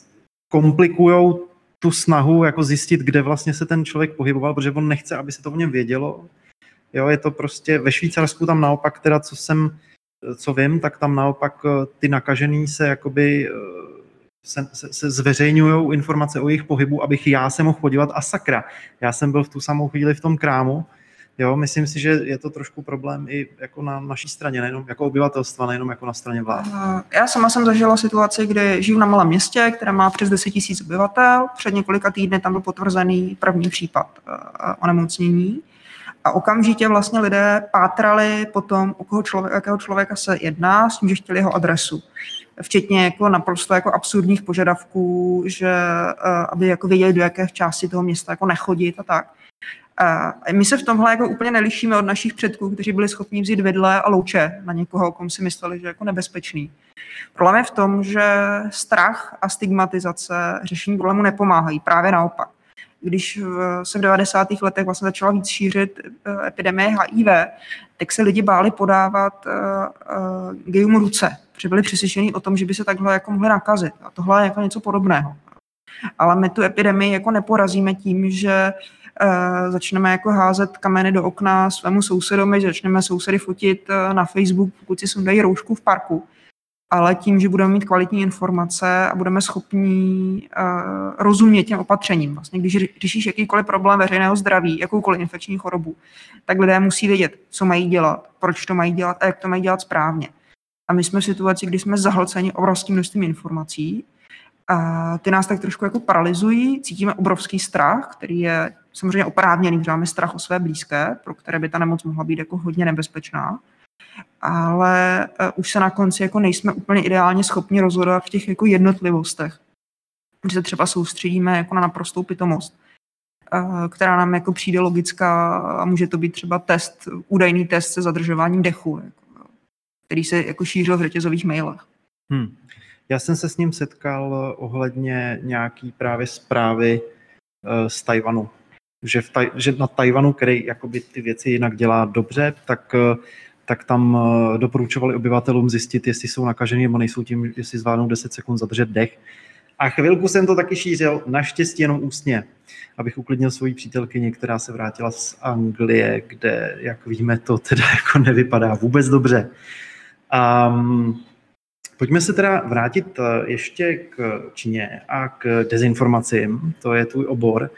komplikujou tu snahu jako zjistit, kde vlastně se ten člověk pohyboval, protože on nechce, aby se to o něm vědělo. Jo, je to prostě ve Švýcarsku tam naopak, teda co jsem, co vím, tak tam naopak ty nakažený se jakoby se, se, se zveřejňujou informace o jejich pohybu, abych já se mohl podívat a sakra. Já jsem byl v tu samou chvíli v tom krámu. Jo, myslím si, že je to trošku problém i jako na naší straně, nejenom jako obyvatelstva, nejenom jako na straně vlády. Já sama jsem zažila situaci, kdy žiju na malém městě, které má přes deset tisíc obyvatel. Před několika týdny tam byl potvrzený první případ onemocnění. A okamžitě vlastně lidé pátrali po tom, o koho člověka, jakého člověka se jedná, s tím, že chtěli jeho adresu. Včetně jako naprosto jako absurdních požadavků, že aby jako věděli, do jaké části toho města jako nechodit a tak. A my se v tomhle jako úplně nelišíme od našich předků, kteří byli schopni vzít vidle a louče na někoho, o kom si mysleli, že je jako nebezpečný. Problém je v tom, že strach a stigmatizace řešení problému nepomáhají, právě naopak. Když se v devadesátých letech vlastně začala víc šířit epidemie H I V, tak se lidi báli podávat uh, uh, gejům ruce, protože byli přesvědčení o tom, že by se takhle jako mohli nakazit. A tohle je jako něco podobného. Ale my tu epidemii jako neporazíme tím, že uh, začneme jako házet kameny do okna svému sousedovi, začneme sousedy fotit uh, na Facebook, pokud si sundají roušku v parku. Ale tím, že budeme mít kvalitní informace a budeme schopni uh, rozumět těm opatřením. Vlastně, když řešíš jakýkoliv problém veřejného zdraví, jakoukoliv infekční chorobu, tak lidé musí vědět, co mají dělat, proč to mají dělat a jak to mají dělat správně. A my jsme v situaci, kdy jsme zahlceni obrovským množstvím informací a ty nás tak trošku jako paralyzují, cítíme obrovský strach, který je samozřejmě oprávněný, protože máme strach o své blízké, pro které by ta nemoc mohla být jako hodně nebezpečná. Ale uh, už se na konci jako nejsme úplně ideálně schopni rozhodovat v těch jako jednotlivostech. Když se třeba soustředíme jako na naprostou pitomost, uh, která nám jako přijde logická a může to být třeba test, údajný test se zadržováním dechu, jako, který se jako šířil v řetězových mailech. Hmm. Já jsem se s ním setkal ohledně nějaký právě zprávy uh, z Tajvanu. Že, v taj, že na Tajvanu, který jakoby ty věci jinak dělá dobře, tak uh, tak tam doporučovali obyvatelům zjistit, jestli jsou nakažení nebo nejsou tím, jestli zvládnou deset sekund zadržet dech. A chvilku jsem to taky šířil, naštěstí jenom ústně, abych uklidnil svoji přítelkyni, která se vrátila z Anglie, kde, jak víme, to teda jako nevypadá vůbec dobře. Um, pojďme se teda vrátit ještě k Číně a k dezinformacím, to je tvůj obor.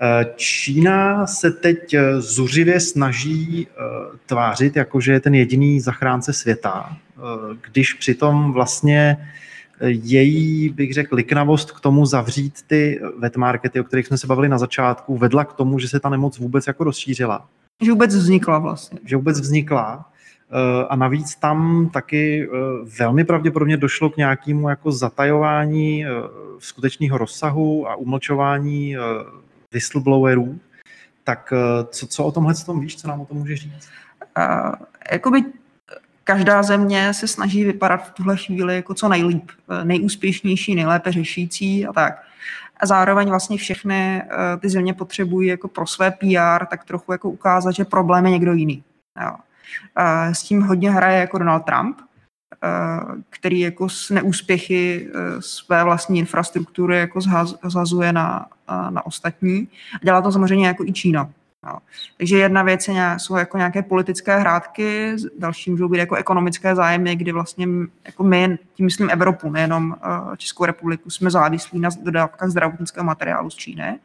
Čína se teď zuřivě snaží tvářit, jakože je ten jediný zachránce světa, když přitom vlastně její, bych řekl, liknavost k tomu zavřít ty wet markety, o kterých jsme se bavili na začátku, vedla k tomu, že se ta nemoc vůbec jako rozšířila. Že vůbec vznikla vlastně. Že vůbec vznikla. A navíc tam taky velmi pravděpodobně došlo k nějakému jako zatajování skutečného rozsahu a umlčování whistleblowerů. Tak co, co o tomhle tom víš, co nám o tom můžeš říct? Uh, jakoby každá země se snaží vypadat v tuhle chvíli jako co nejlíp, nejúspěšnější, nejlépe řešící a tak. A zároveň vlastně všechny uh, ty země potřebují jako pro své P R tak trochu jako ukázat, že problém je někdo jiný. Jo. Uh, s tím hodně hraje jako Donald Trump, uh, který jako s neúspěchy uh, své vlastní infrastruktury jako zhaz, zhazuje na, uh, na ostatní. A dělá to samozřejmě jako i Čína. Jo. Takže jedna věc je, jsou jako nějaké politické hrátky, další můžou být jako ekonomické zájmy, kdy vlastně jako my, tím myslím Evropu, nejenom uh, Českou republiku, jsme závislí na dodávkách zdravotnického materiálu z Číny.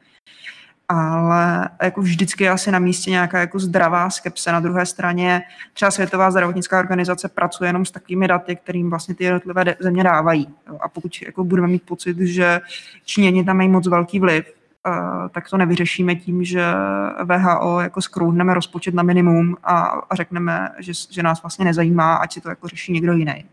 Ale jako vždycky je asi na místě nějaká jako zdravá skepse. Na druhé straně třeba Světová zdravotnická organizace pracuje jenom s takovými daty, kterým vlastně ty jednotlivé země dávají. A pokud jako budeme mít pocit, že Číňani tam mají moc velký vliv, tak to nevyřešíme tím, že W H O jako skrouhneme rozpočet na minimum a, a řekneme, že, že nás vlastně nezajímá, ať si to jako řeší někdo jiný.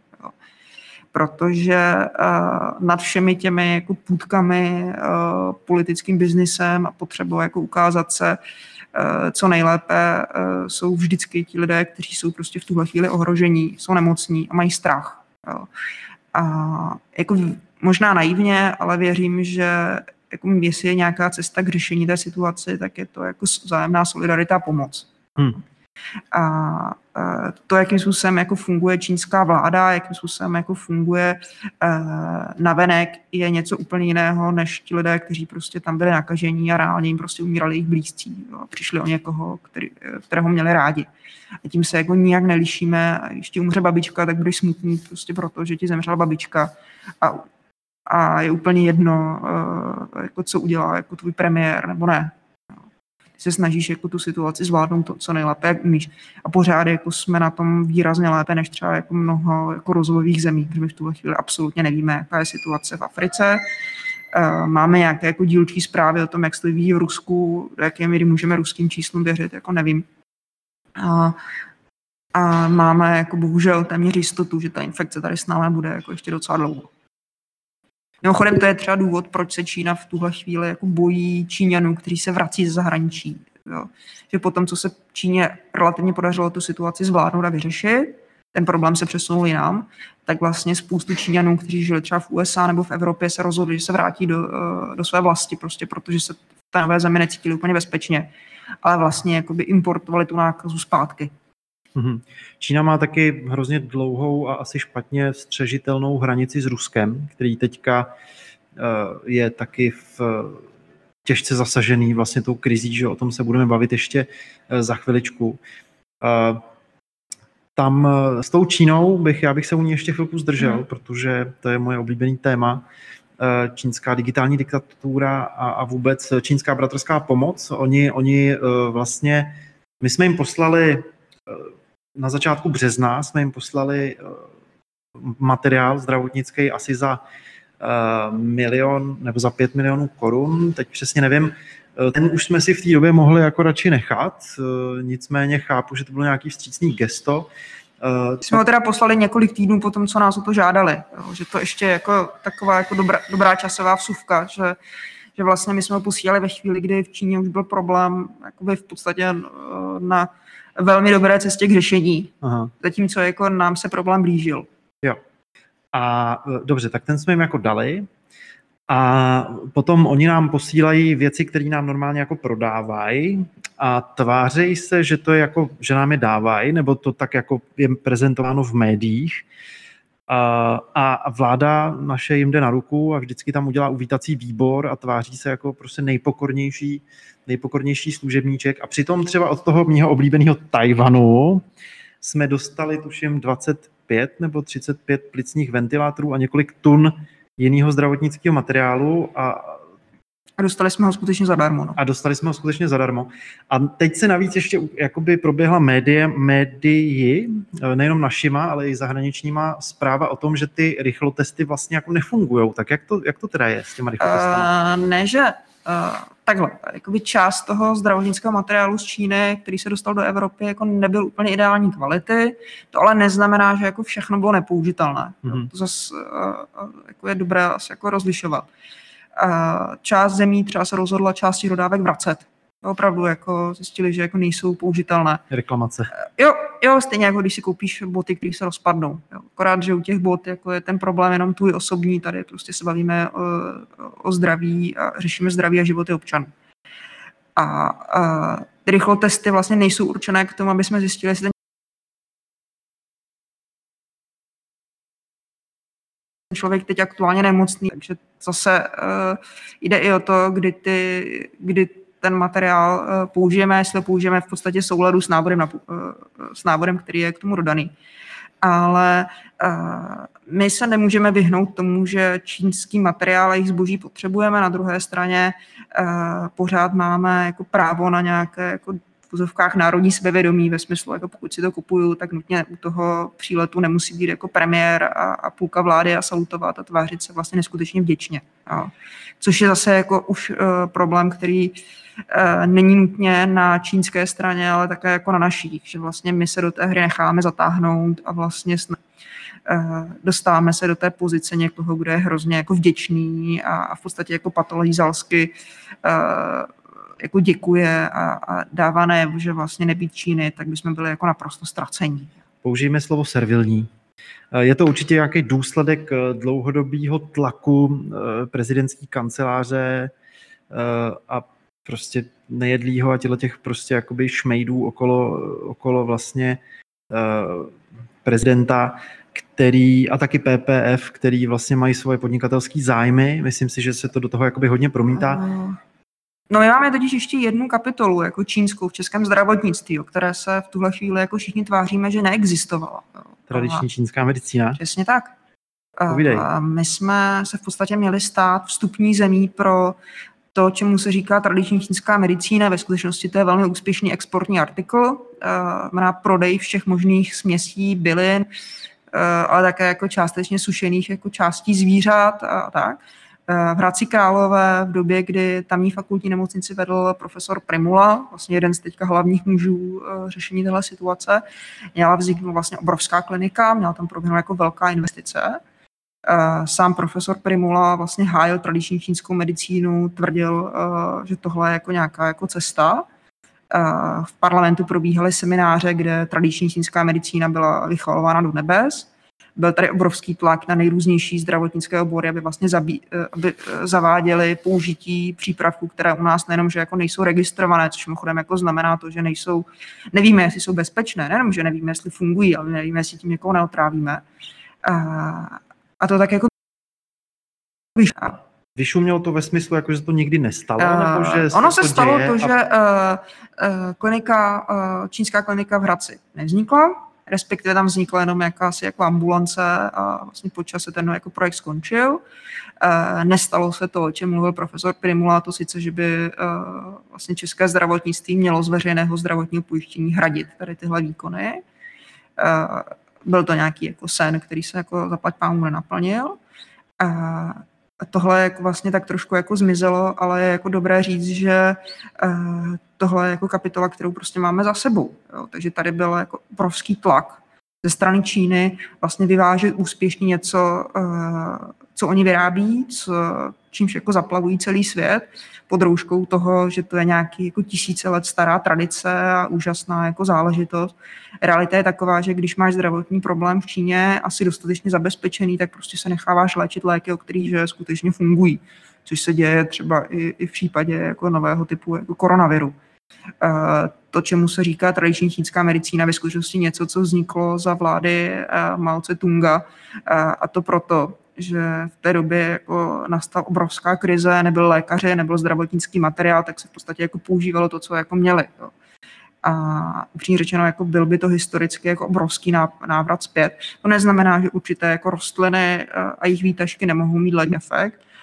Protože uh, nad všemi těmi jako půtkami, uh, politickým biznisem a potřebou jako ukázat se uh, co nejlépe, uh, jsou vždycky ti lidé, kteří jsou prostě v tuhle chvíli ohrožení, jsou nemocní a mají strach. Jo. A jako možná naivně, ale věřím, že jako jestli je nějaká cesta k řešení té situace, tak je to jako vzájemná solidarita a pomoc. Hmm. A to, jakým způsobem jako funguje čínská vláda, jakým způsobem jako funguje navenek, je něco úplně jiného, než ti lidé, kteří prostě tam byli nakažení a reálně jim prostě umírali jejich blízcí. Jo, přišli o někoho, který, kterého měli rádi. A tím se jako nijak nelišíme. A ještě umře babička, tak budeš smutný prostě proto, že ti zemřela babička. A, a je úplně jedno, jako co udělá jako tvůj premiér, nebo ne. Se snažíš jako tu situaci zvládnout to, co nejlépe, jak umíš. A pořád jako jsme na tom výrazně lépe než třeba jako mnoho jako rozvojových zemí, protože my v tuhle chvíli absolutně nevíme, jaká je situace v Africe. Máme nějaké jako dílčí zprávy o tom, jak se to vyvíjí v Rusku, do jaké míry můžeme ruským číslům věřit, jako nevím. A, a máme jako bohužel téměř jistotu, že ta infekce tady s námi bude jako ještě docela dlouho. Mimochodem, to je třeba důvod, proč se Čína v tuhle chvíli jako bojí Číňanů, kteří se vrací ze zahraničí. Jo. Že potom, co se Číně relativně podařilo tu situaci zvládnout a vyřešit, ten problém se přesunul jinam, tak vlastně spoustu Číňanů, kteří žili třeba v U S A nebo v Evropě, se rozhodli, že se vrátí do, do své vlasti, prostě protože se v té nové zemi necítili úplně bezpečně, ale vlastně jakoby importovali tu nákazu zpátky. Čína má taky hrozně dlouhou a asi špatně střežitelnou hranici s Ruskem, který teďka je taky v těžce zasažený vlastně tou krizí, že o tom se budeme bavit ještě za chviličku. Tam s tou Čínou bych, já bych se u ní ještě chvilku zdržel, hmm. protože to je moje oblíbený téma. Čínská digitální diktatura a, a vůbec čínská bratrská pomoc. Oni, oni vlastně, my jsme jim poslali na začátku března jsme jim poslali materiál zdravotnický asi za milion nebo za pět milionů korun, teď přesně nevím. Ten už jsme si v té době mohli jako radši nechat, nicméně chápu, že to bylo nějaký vstřícný gesto. Jsme ho teda poslali několik týdnů po tom, co nás o to žádali, jo, že to ještě jako taková jako dobrá, dobrá časová vsuvka, že, že vlastně my jsme ho posílali ve chvíli, kdy v Číně už byl problém jakoby v podstatě na velmi dobré cestě k řešení, aha. Zatímco jako nám se problém blížil. Jo. A dobře, tak ten jsme jim jako dali a potom oni nám posílají věci, které nám normálně jako prodávají a tvářejí se, že to je jako, že nám je dávají, nebo to tak jako je prezentováno v médiích a, a vláda naše jim jde na ruku a vždycky tam udělá uvítací výbor a tváří se jako prostě nejpokornější nejpokornější služebníček a přitom třeba od toho mýho oblíbeného Tajvanu jsme dostali tuším dvacet pět nebo třicet pět plicních ventilátorů a několik tun jiného zdravotnického materiálu a A dostali jsme ho skutečně zadarmo. No. A dostali jsme ho skutečně zadarmo. A teď se navíc ještě jakoby proběhla médie, médii, nejenom našima, ale i zahraničníma, zpráva o tom, že ty rychlotesty vlastně jako nefungujou. Tak jak to, jak to teda je s těma rychlotestama? Uh, ne, že uh, takhle. Jakoby část toho zdravotnického materiálu z Číny, který se dostal do Evropy, jako nebyl úplně ideální kvality. To ale neznamená, že jako všechno bylo nepoužitelné. Mm-hmm. To zase uh, jako je dobré asi jako rozlišovat. Uh, část zemí třeba se rozhodla části dodávek vracet. Opravdu jako zjistili, že jako nejsou použitelné. Reklamace. Jo, jo, stejně jako když si koupíš boty, které se rozpadnou. Jo. Akorát, že u těch bot jako je ten problém jenom tvůj osobní, tady prostě se bavíme o, o zdraví a řešíme zdraví a životy občanů. A, a ty rychlotesty vlastně nejsou určené k tomu, aby jsme zjistili, jestli ten člověk teď aktuálně nemocný. Takže zase uh, jde i o to, kdy, ty, kdy ten materiál uh, použijeme, jestli ho použijeme v podstatě souladu s náborem, na, uh, s náborem, který je k tomu dodaný. Ale uh, my se nemůžeme vyhnout tomu, že čínský materiál a jejich zboží potřebujeme. Na druhé straně uh, pořád máme jako právo na nějaké jako v vozovkách národní sebevědomí ve smyslu, jako pokud si to kupuju, tak nutně u toho příletu nemusí být jako premiér a, a půlka vlády a salutovat a tvářit se vlastně neskutečně vděčně. Jo. Což je zase jako už uh, problém, který uh, není nutně na čínské straně, ale také jako na naší, že vlastně my se do té hry necháme zatáhnout a vlastně sn- uh, dostáváme se do té pozice někoho, kdo je hrozně jako vděčný a, a v podstatě jako patologizalsky uh, jako děkuje a, a dává najevo, že vlastně nebýt Číny, tak bychom byli jako naprosto ztracení. Použijeme slovo servilní. Je to určitě nějaký důsledek dlouhodobého tlaku prezidentské kanceláře a prostě nejedlýho a těchto těch prostě jakoby šmejdů okolo, okolo vlastně prezidenta, který a taky P P F, který vlastně mají svoje podnikatelské zájmy. Myslím si, že se to do toho jakoby hodně promítá. No my máme totiž ještě jednu kapitolu, jako čínskou v českém zdravotnictví, o které se v tuhle chvíli jako všichni tváříme, že neexistovala. Tradiční čínská medicína. Přesně tak. Povídej. A my jsme se v podstatě měli stát vstupní zemí pro to, čemu se říká tradiční čínská medicína. Ve skutečnosti to je velmi úspěšný exportní artikl. Má prodej všech možných směsí, bylin, ale také jako částečně sušených jako částí zvířat a tak. V Hradci Králové v době, kdy tamní fakultní nemocnici vedl profesor Primula, vlastně jeden z teďka hlavních mužů řešení téhle situace, měla vzniknout vlastně obrovská klinika, měla tam proběhnout jako velká investice. Sám profesor Primula vlastně hájil tradiční čínskou medicínu, tvrdil, že tohle je jako nějaká jako cesta. V parlamentu probíhaly semináře, kde tradiční čínská medicína byla vychvalována do nebes. Byl tady obrovský tlak na nejrůznější zdravotnické obory, aby vlastně zabí, aby zaváděli použití přípravků, které u nás nejenom, že jako nejsou registrované, což mimochodem jako znamená to, že nejsou, nevíme, jestli jsou bezpečné, nejenom, že nevíme, jestli fungují, ale nevíme, jestli tím někoho neotrávíme. A, a to tak jako vyšumělo to ve smyslu, jako, že to nikdy nestalo? Uh, nebo že se ono se to stalo to, a... že uh, uh, klinika, uh, čínská klinika v Hradci nevznikla, respektive tam vznikla jenom jakási jako ambulance a vlastně po čase ten jako projekt skončil. Uh, nestalo se to, o čem mluvil profesor Primula, to sice, že by uh, vlastně české zdravotnictví mělo z veřejného zdravotního pojištění hradit tady tyhle výkony. Uh, byl to nějaký jako sen, který se jako zaplať pámu nenaplnil. Uh, Tohle jako vlastně tak trošku jako zmizelo, ale je jako dobré říct, že uh, tohle je jako kapitola, kterou prostě máme za sebou. Jo. Takže tady byl jako obrovský tlak ze strany Číny vlastně vyvážet úspěšně něco, uh, co oni vyrábí, co, čímž jako zaplavují celý svět pod rouškou toho, že to je nějaký jako tisíce let stará tradice a úžasná jako záležitost. Realita je taková, že když máš zdravotní problém v Číně asi dostatečně zabezpečený, tak prostě se necháváš léčit léky, o kterých že skutečně fungují. Což se děje třeba i, i v případě jako nového typu jako koronaviru. Uh, to, čemu se říká tradiční čínská medicína, ve skutečnosti něco, co vzniklo za vlády uh, Mao Tse-tunga, uh, a to proto, že v té době jako nastala obrovská krize, nebyl lékaři, nebyl zdravotnický materiál, tak se v podstatě jako používalo to, co jako měli. Jo. A upřímně řečeno, jako byl by to historicky jako obrovský návrat zpět. To neznamená, že určité jako rostliny a jejich výtažky nemohou mít léčebný efekt,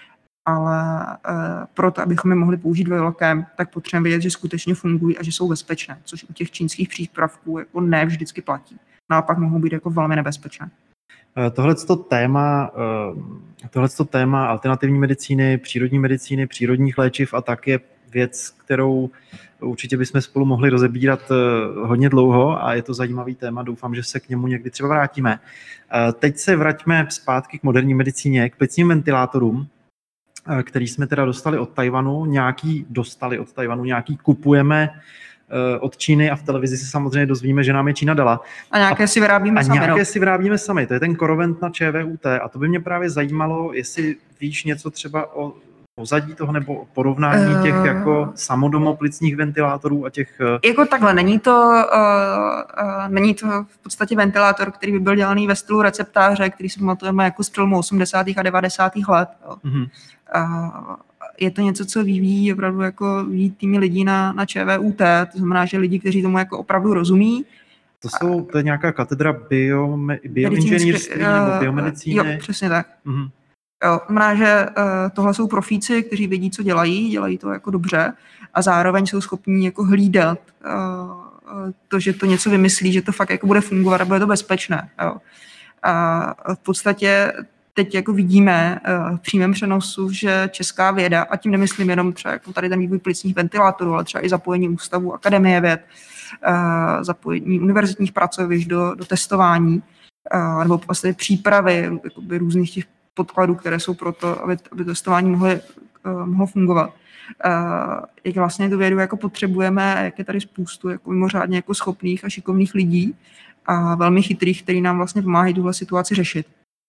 ale uh, proto, abychom je mohli použít dvojlokem, tak potřebujeme vědět, že skutečně fungují a že jsou bezpečné, což u těch čínských přípravků jako ne vždycky platí. Naopak mohou být jako velmi nebezpečné. Tohleto téma, tohleto téma alternativní medicíny, přírodní medicíny, přírodních léčiv a tak je věc, kterou určitě bychom spolu mohli rozebírat hodně dlouho a je to zajímavý téma, doufám, že se k němu někdy třeba vrátíme. Teď se vraťme zpátky k moderní medicíně, k plicním ventilátorům, který jsme teda dostali od Tajvanu, nějaký dostali od Tajvanu, nějaký kupujeme od Číny a v televizi se samozřejmě dozvíme, že nám je Čína dala. A nějaké a, si vyrábíme a sami. A nějaké no. si vyrábíme sami. To je ten Corovent na ČVUT. A to by mě právě zajímalo, jestli víš něco třeba o pozadí toho nebo o porovnání uh, těch jako samodomoplicních ventilátorů a těch... Jako takhle, není to, uh, uh, není to v podstatě ventilátor, který by byl dělaný ve stylu receptáře, který si pamatujeme jako z přelomu osmdesátých a devadesátých let. Uh-huh. Uh, je to něco, co vyvíjí opravdu jako vyvíjí týmy lidí na, na ČVUT, to znamená, že lidi, kteří tomu jako opravdu rozumí. To jsou, to je nějaká katedra bio, bioinženýrství nebo biomedicíny? Jo, přesně tak. Uh-huh. Jo, znamená, že uh, tohle jsou profíci, kteří vědí, co dělají, dělají to jako dobře a zároveň jsou schopní jako hlídat uh, to, že to něco vymyslí, že to fakt jako bude fungovat a bude to bezpečné. Jo. A v podstatě teď jako vidíme uh, v přímém přenosu, že česká věda, a tím nemyslím jenom třeba jako tady ten vývoj plicních ventilátorů, ale třeba i zapojení ústavu Akademie věd, uh, zapojení univerzitních pracovišť do, do testování, uh, nebo vlastně přípravy jakoby různých těch podkladů, které jsou pro to, aby, aby testování mohly, uh, mohlo fungovat. Uh, jak vlastně tu vědu jako potřebujeme, jak je tady spoustu jako mimořádně jako schopných a šikovných lidí a velmi chytrých, kteří nám vlastně pomáhají tuhle situaci řešit.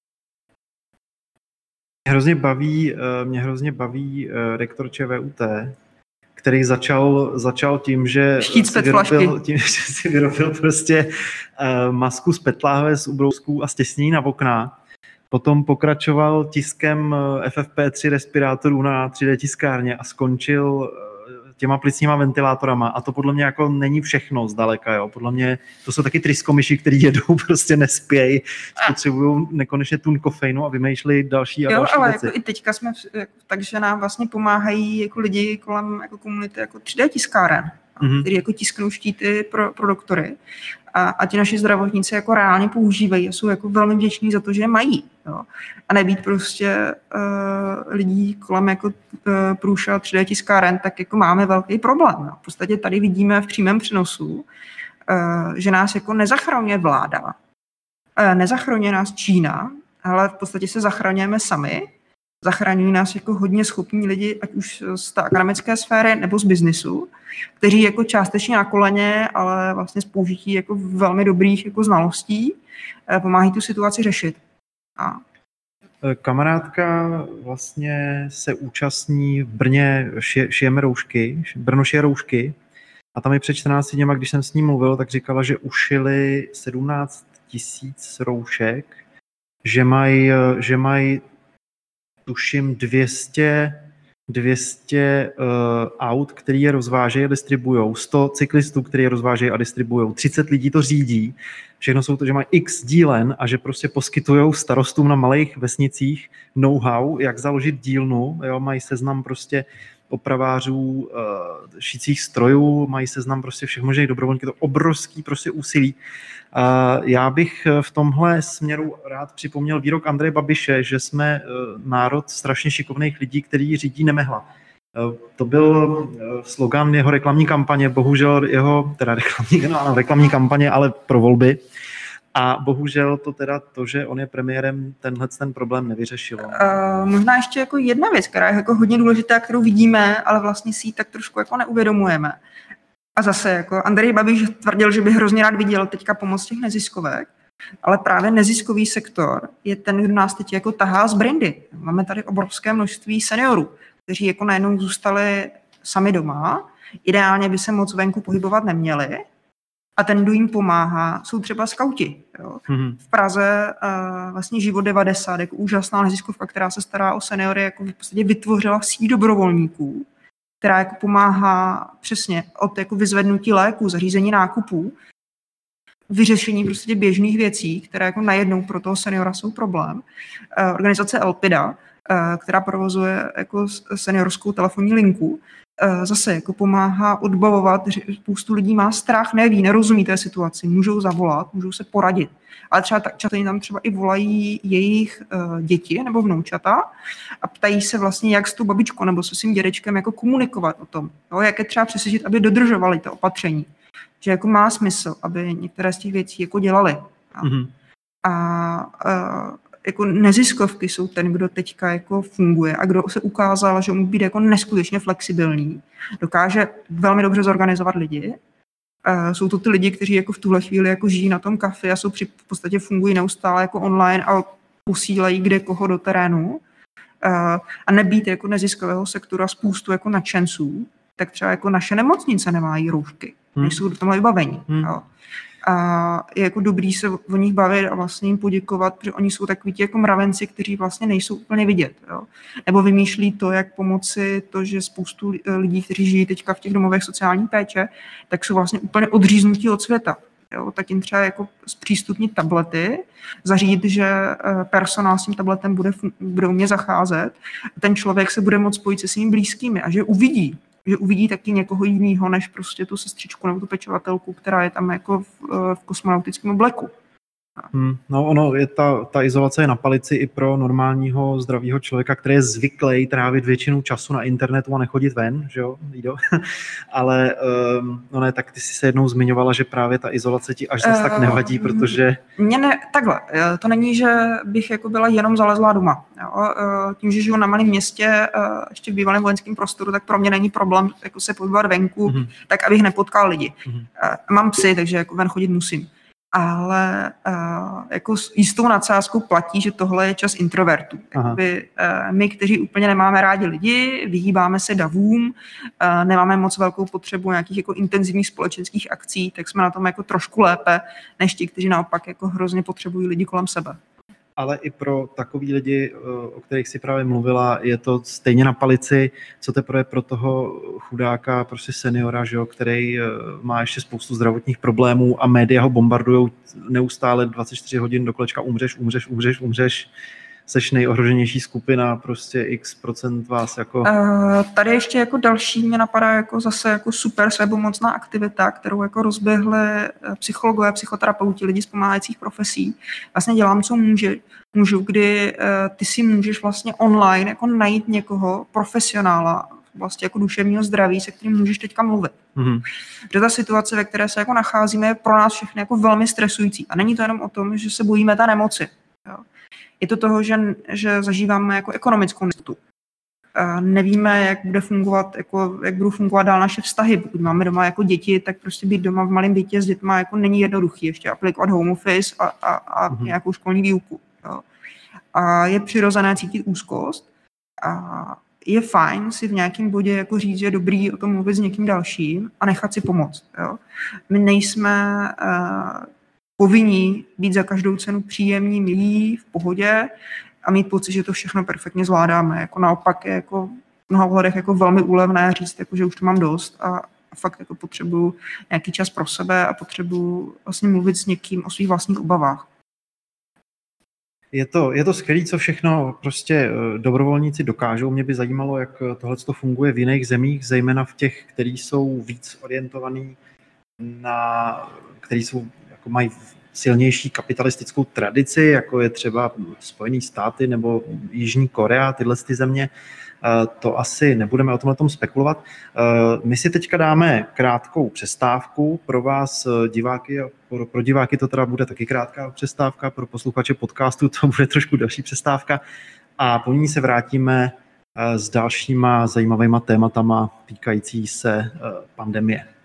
Mě hrozně baví, mě hrozně baví rektor ČVUT, který začal, začal tím, že si vyrobil, tím, že si vyrobil prostě masku z PET láhve, z ubrousků a z těsnění na okna. Potom pokračoval tiskem F F P tři respirátorů na tři dé tiskárně a skončil těma plicníma ventilátorama. A to podle mě jako není všechno zdaleka. Jo. Podle mě to jsou taky tryskomyši, který jedou, prostě nespějí, spotřebují nekonečně tun kofeinu a vymýšlí další a jo, další ale věci. Jako i teďka jsme, jako, takže nám vlastně pomáhají jako lidi kolem jako komunity jako tři dé tiskáren, mm-hmm. který jako tisknou štíty pro, pro doktory. A, a ti naši zdravotníci jako reálně používají a jsou jako velmi vděční za to, že je mají. Jo. A nebýt prostě uh, lidí kolem jako uh, průšel tři dé tiskáren, tak jako máme velký problém. Jo. V podstatě tady vidíme v přímém přenosu, uh, že nás jako nezachraňuje vláda, uh, nezachraňuje nás Čína, ale v podstatě se zachraňujeme sami. Zachraňují nás jako hodně schopní lidi, ať už z té akademické sféry nebo z biznisu, kteří jako částečně na koleně, ale vlastně s použití jako velmi dobrých jako znalostí pomáhají tu situaci řešit. A... Kamarádka vlastně se účastní v Brně, šije, šijeme roušky, Brno šije roušky a tam i před čtrnácti dněma, když jsem s ní mluvil, tak říkala, že ušili sedmnáct tisíc roušek, že mají že maj tuším dvě stě, dvě stě uh, aut, který je rozvážejí a distribujou, sto cyklistů, který je rozvážejí a distribujou, třicet lidí to řídí, všechno jsou to, že mají x dílen a že prostě poskytujou starostům na malých vesnicích know-how, jak založit dílnu, jo, mají seznam prostě opravářů, uh, šicích strojů, mají seznam prostě všech možných dobrovolníků, to obrovský prostě úsilí. Uh, já bych v tomhle směru rád připomněl výrok Andreje Babiše, že jsme uh, národ strašně šikovných lidí, který řídí nemehla. Uh, to byl uh, slogan jeho reklamní kampaně, bohužel jeho, teda reklamní, no, ano, reklamní kampaně, ale pro volby. A bohužel to teda to, že on je premiérem, tenhle ten problém nevyřešilo. Uh, možná ještě jako jedna věc, která je jako hodně důležitá, kterou vidíme, ale vlastně si ji tak trošku jako neuvědomujeme. A zase jako Andrej Babiš tvrdil, že by hrozně rád viděl teďka pomoc těch neziskovek, ale právě neziskový sektor je ten, kdo nás teď jako tahá z brandy. Máme tady obrovské množství seniorů, kteří jako najednou zůstali sami doma, ideálně by se moc venku pohybovat neměli a ten, kdo jim pomáhá, jsou třeba skauti. Jo. Mm-hmm. V Praze uh, vlastně Život devadesát, jako úžasná neziskovka, která se stará o seniory, jako v podstatě vytvořila síť dobrovolníků, která jako pomáhá přesně od jako vyzvednutí léků, zařízení nákupů, vyřešení prostě běžných věcí, které jako najednou pro toho seniora jsou problém. Organizace Elpida která provozuje jako seniorskou telefonní linku, zase jako pomáhá odbavovat, že spoustu lidí má strach, neví, nerozumí té situaci, můžou zavolat, můžou se poradit. Ale třeba tak často tam třeba i volají jejich uh, děti nebo vnoučata a ptají se vlastně, jak s tou babičkou nebo se svým dědečkem jako komunikovat o tom, jo, jak je třeba přesvědčit, aby dodržovali to opatření. Že jako má smysl, aby některé z těch věcí jako dělali. Mm-hmm. A uh, jako neziskovky jsou ten, kdo teďka jako funguje a kdo se ukázal, že umí být jako neskutečně flexibilní. Dokáže velmi dobře zorganizovat lidi. Uh, jsou to ty lidi, kteří jako v tuhle chvíli jako žijí na tom kafi a jsou při, v podstatě fungují neustále jako online a posílají kde koho do terénu. Uh, a nebýt jako neziskového sektora spoustu jako nadšenců, tak třeba jako naše nemocnice nemají roušky, hmm. nejsou do tomhle vybavení. Hmm. Jo. A je jako dobrý se o nich bavit a vlastně jim poděkovat, protože oni jsou takoví ti jako mravenci, kteří vlastně nejsou úplně vidět. Jo. Nebo vymýšlí to, jak pomoci to, že spoustu lidí, kteří žijí teďka v těch domovech sociální péče, tak jsou vlastně úplně odříznutí od světa. Jo. Tak jim třeba jako zpřístupnit tablety, zařídit, že personál s tím tabletem bude, bude umět zacházet, ten člověk se bude moct spojit se svými blízkými a že uvidí, že uvidí taky někoho jiného, než prostě tu sestřičku nebo tu pečovatelku, která je tam jako v, v kosmonautickém obleku. Hmm, no ono, je ta, ta izolace je na palici i pro normálního zdravého člověka, který je zvyklý trávit většinu času na internetu a nechodit ven, že jo, Lido? Ale um, no ne, tak ty jsi se jednou zmiňovala, že právě ta izolace ti až zase uh, tak nevadí, protože... Mně ne, takhle, to není, že bych jako byla jenom zalezlá doma. Jo? Tím, že žiju na malém městě, ještě v bývalém vojenském prostoru, tak pro mě není problém jako se pohybovat venku, uh-huh. tak abych nepotkal lidi. Uh-huh. Mám psy, takže jako ven chodit musím. Ale uh, jako s jistou nadsázkou platí, že tohle je čas introvertů. Jakoby, uh, my, kteří úplně nemáme rádi lidi, vyhýbáme se davům, uh, nemáme moc velkou potřebu nějakých jako intenzivních společenských akcí, tak jsme na tom jako trošku lépe, než ti, kteří naopak jako hrozně potřebují lidi kolem sebe. Ale i pro takový lidi, o kterých si právě mluvila, je to stejně na palici, co teprve pro toho chudáka, prostě seniora, že jo, který má ještě spoustu zdravotních problémů a média ho bombardujou neustále dvacet čtyři hodin do kolečka, umřeš, umřeš, umřeš, umřeš, seš nejohroženější skupina, prostě x procent vás jako... Uh, tady ještě jako další mě napadá jako zase jako super sebomocná aktivita, kterou jako rozběhly psychologové, psychoterapeuti, lidi z pomáhajících profesí. Vlastně dělám, co může, můžu, kdy uh, ty si můžeš vlastně online jako najít někoho, profesionála, vlastně jako duševního zdraví, se kterým můžeš teďka mluvit. Mm-hmm. Protože ta situace, ve které se jako nacházíme, je pro nás všechny jako velmi stresující. A není to jenom o tom, že se bojíme té nemoci. Jo. Je to toho, že, že zažíváme jako ekonomickou nejistotu. Nevíme, jak bude fungovat, jako, jak budou fungovat dál naše vztahy. Pokud máme doma jako děti, tak prostě být doma v malém bytě s dětma jako není jednoduchý. Ještě aplikovat home office a, a, a mm-hmm. nějakou školní výuku. Jo. A je přirozené cítit úzkost. A je fajn si v nějakém bodě jako říct, že je dobrý o tom mluvit s někým dalším a nechat si pomoct. Jo. My nejsme... Uh, povinní být za každou cenu příjemní, milí, v pohodě a mít pocit, že to všechno perfektně zvládáme. Jako naopak je jako v mnoha ohledech jako velmi úlevné říct, jako, že už to mám dost a, a fakt jako potřebuju nějaký čas pro sebe a potřebuju vlastně mluvit s někým o svých vlastních obavách. Je to, je to skvělé, co všechno prostě dobrovolníci dokážou. Mě by zajímalo, jak tohle funguje v jiných zemích, zejména v těch, který jsou víc orientovaný na, který jsou jako mají silnější kapitalistickou tradici, jako je třeba Spojené státy nebo Jižní Korea, tyhle ty země. To asi nebudeme o tomhle spekulovat. My si teďka dáme krátkou přestávku. Pro vás diváky a pro, pro diváky to teda bude taky krátká přestávka, pro posluchače podcastu to bude trošku další přestávka. A po ní se vrátíme s dalšíma zajímavýma tématama týkající se pandemie.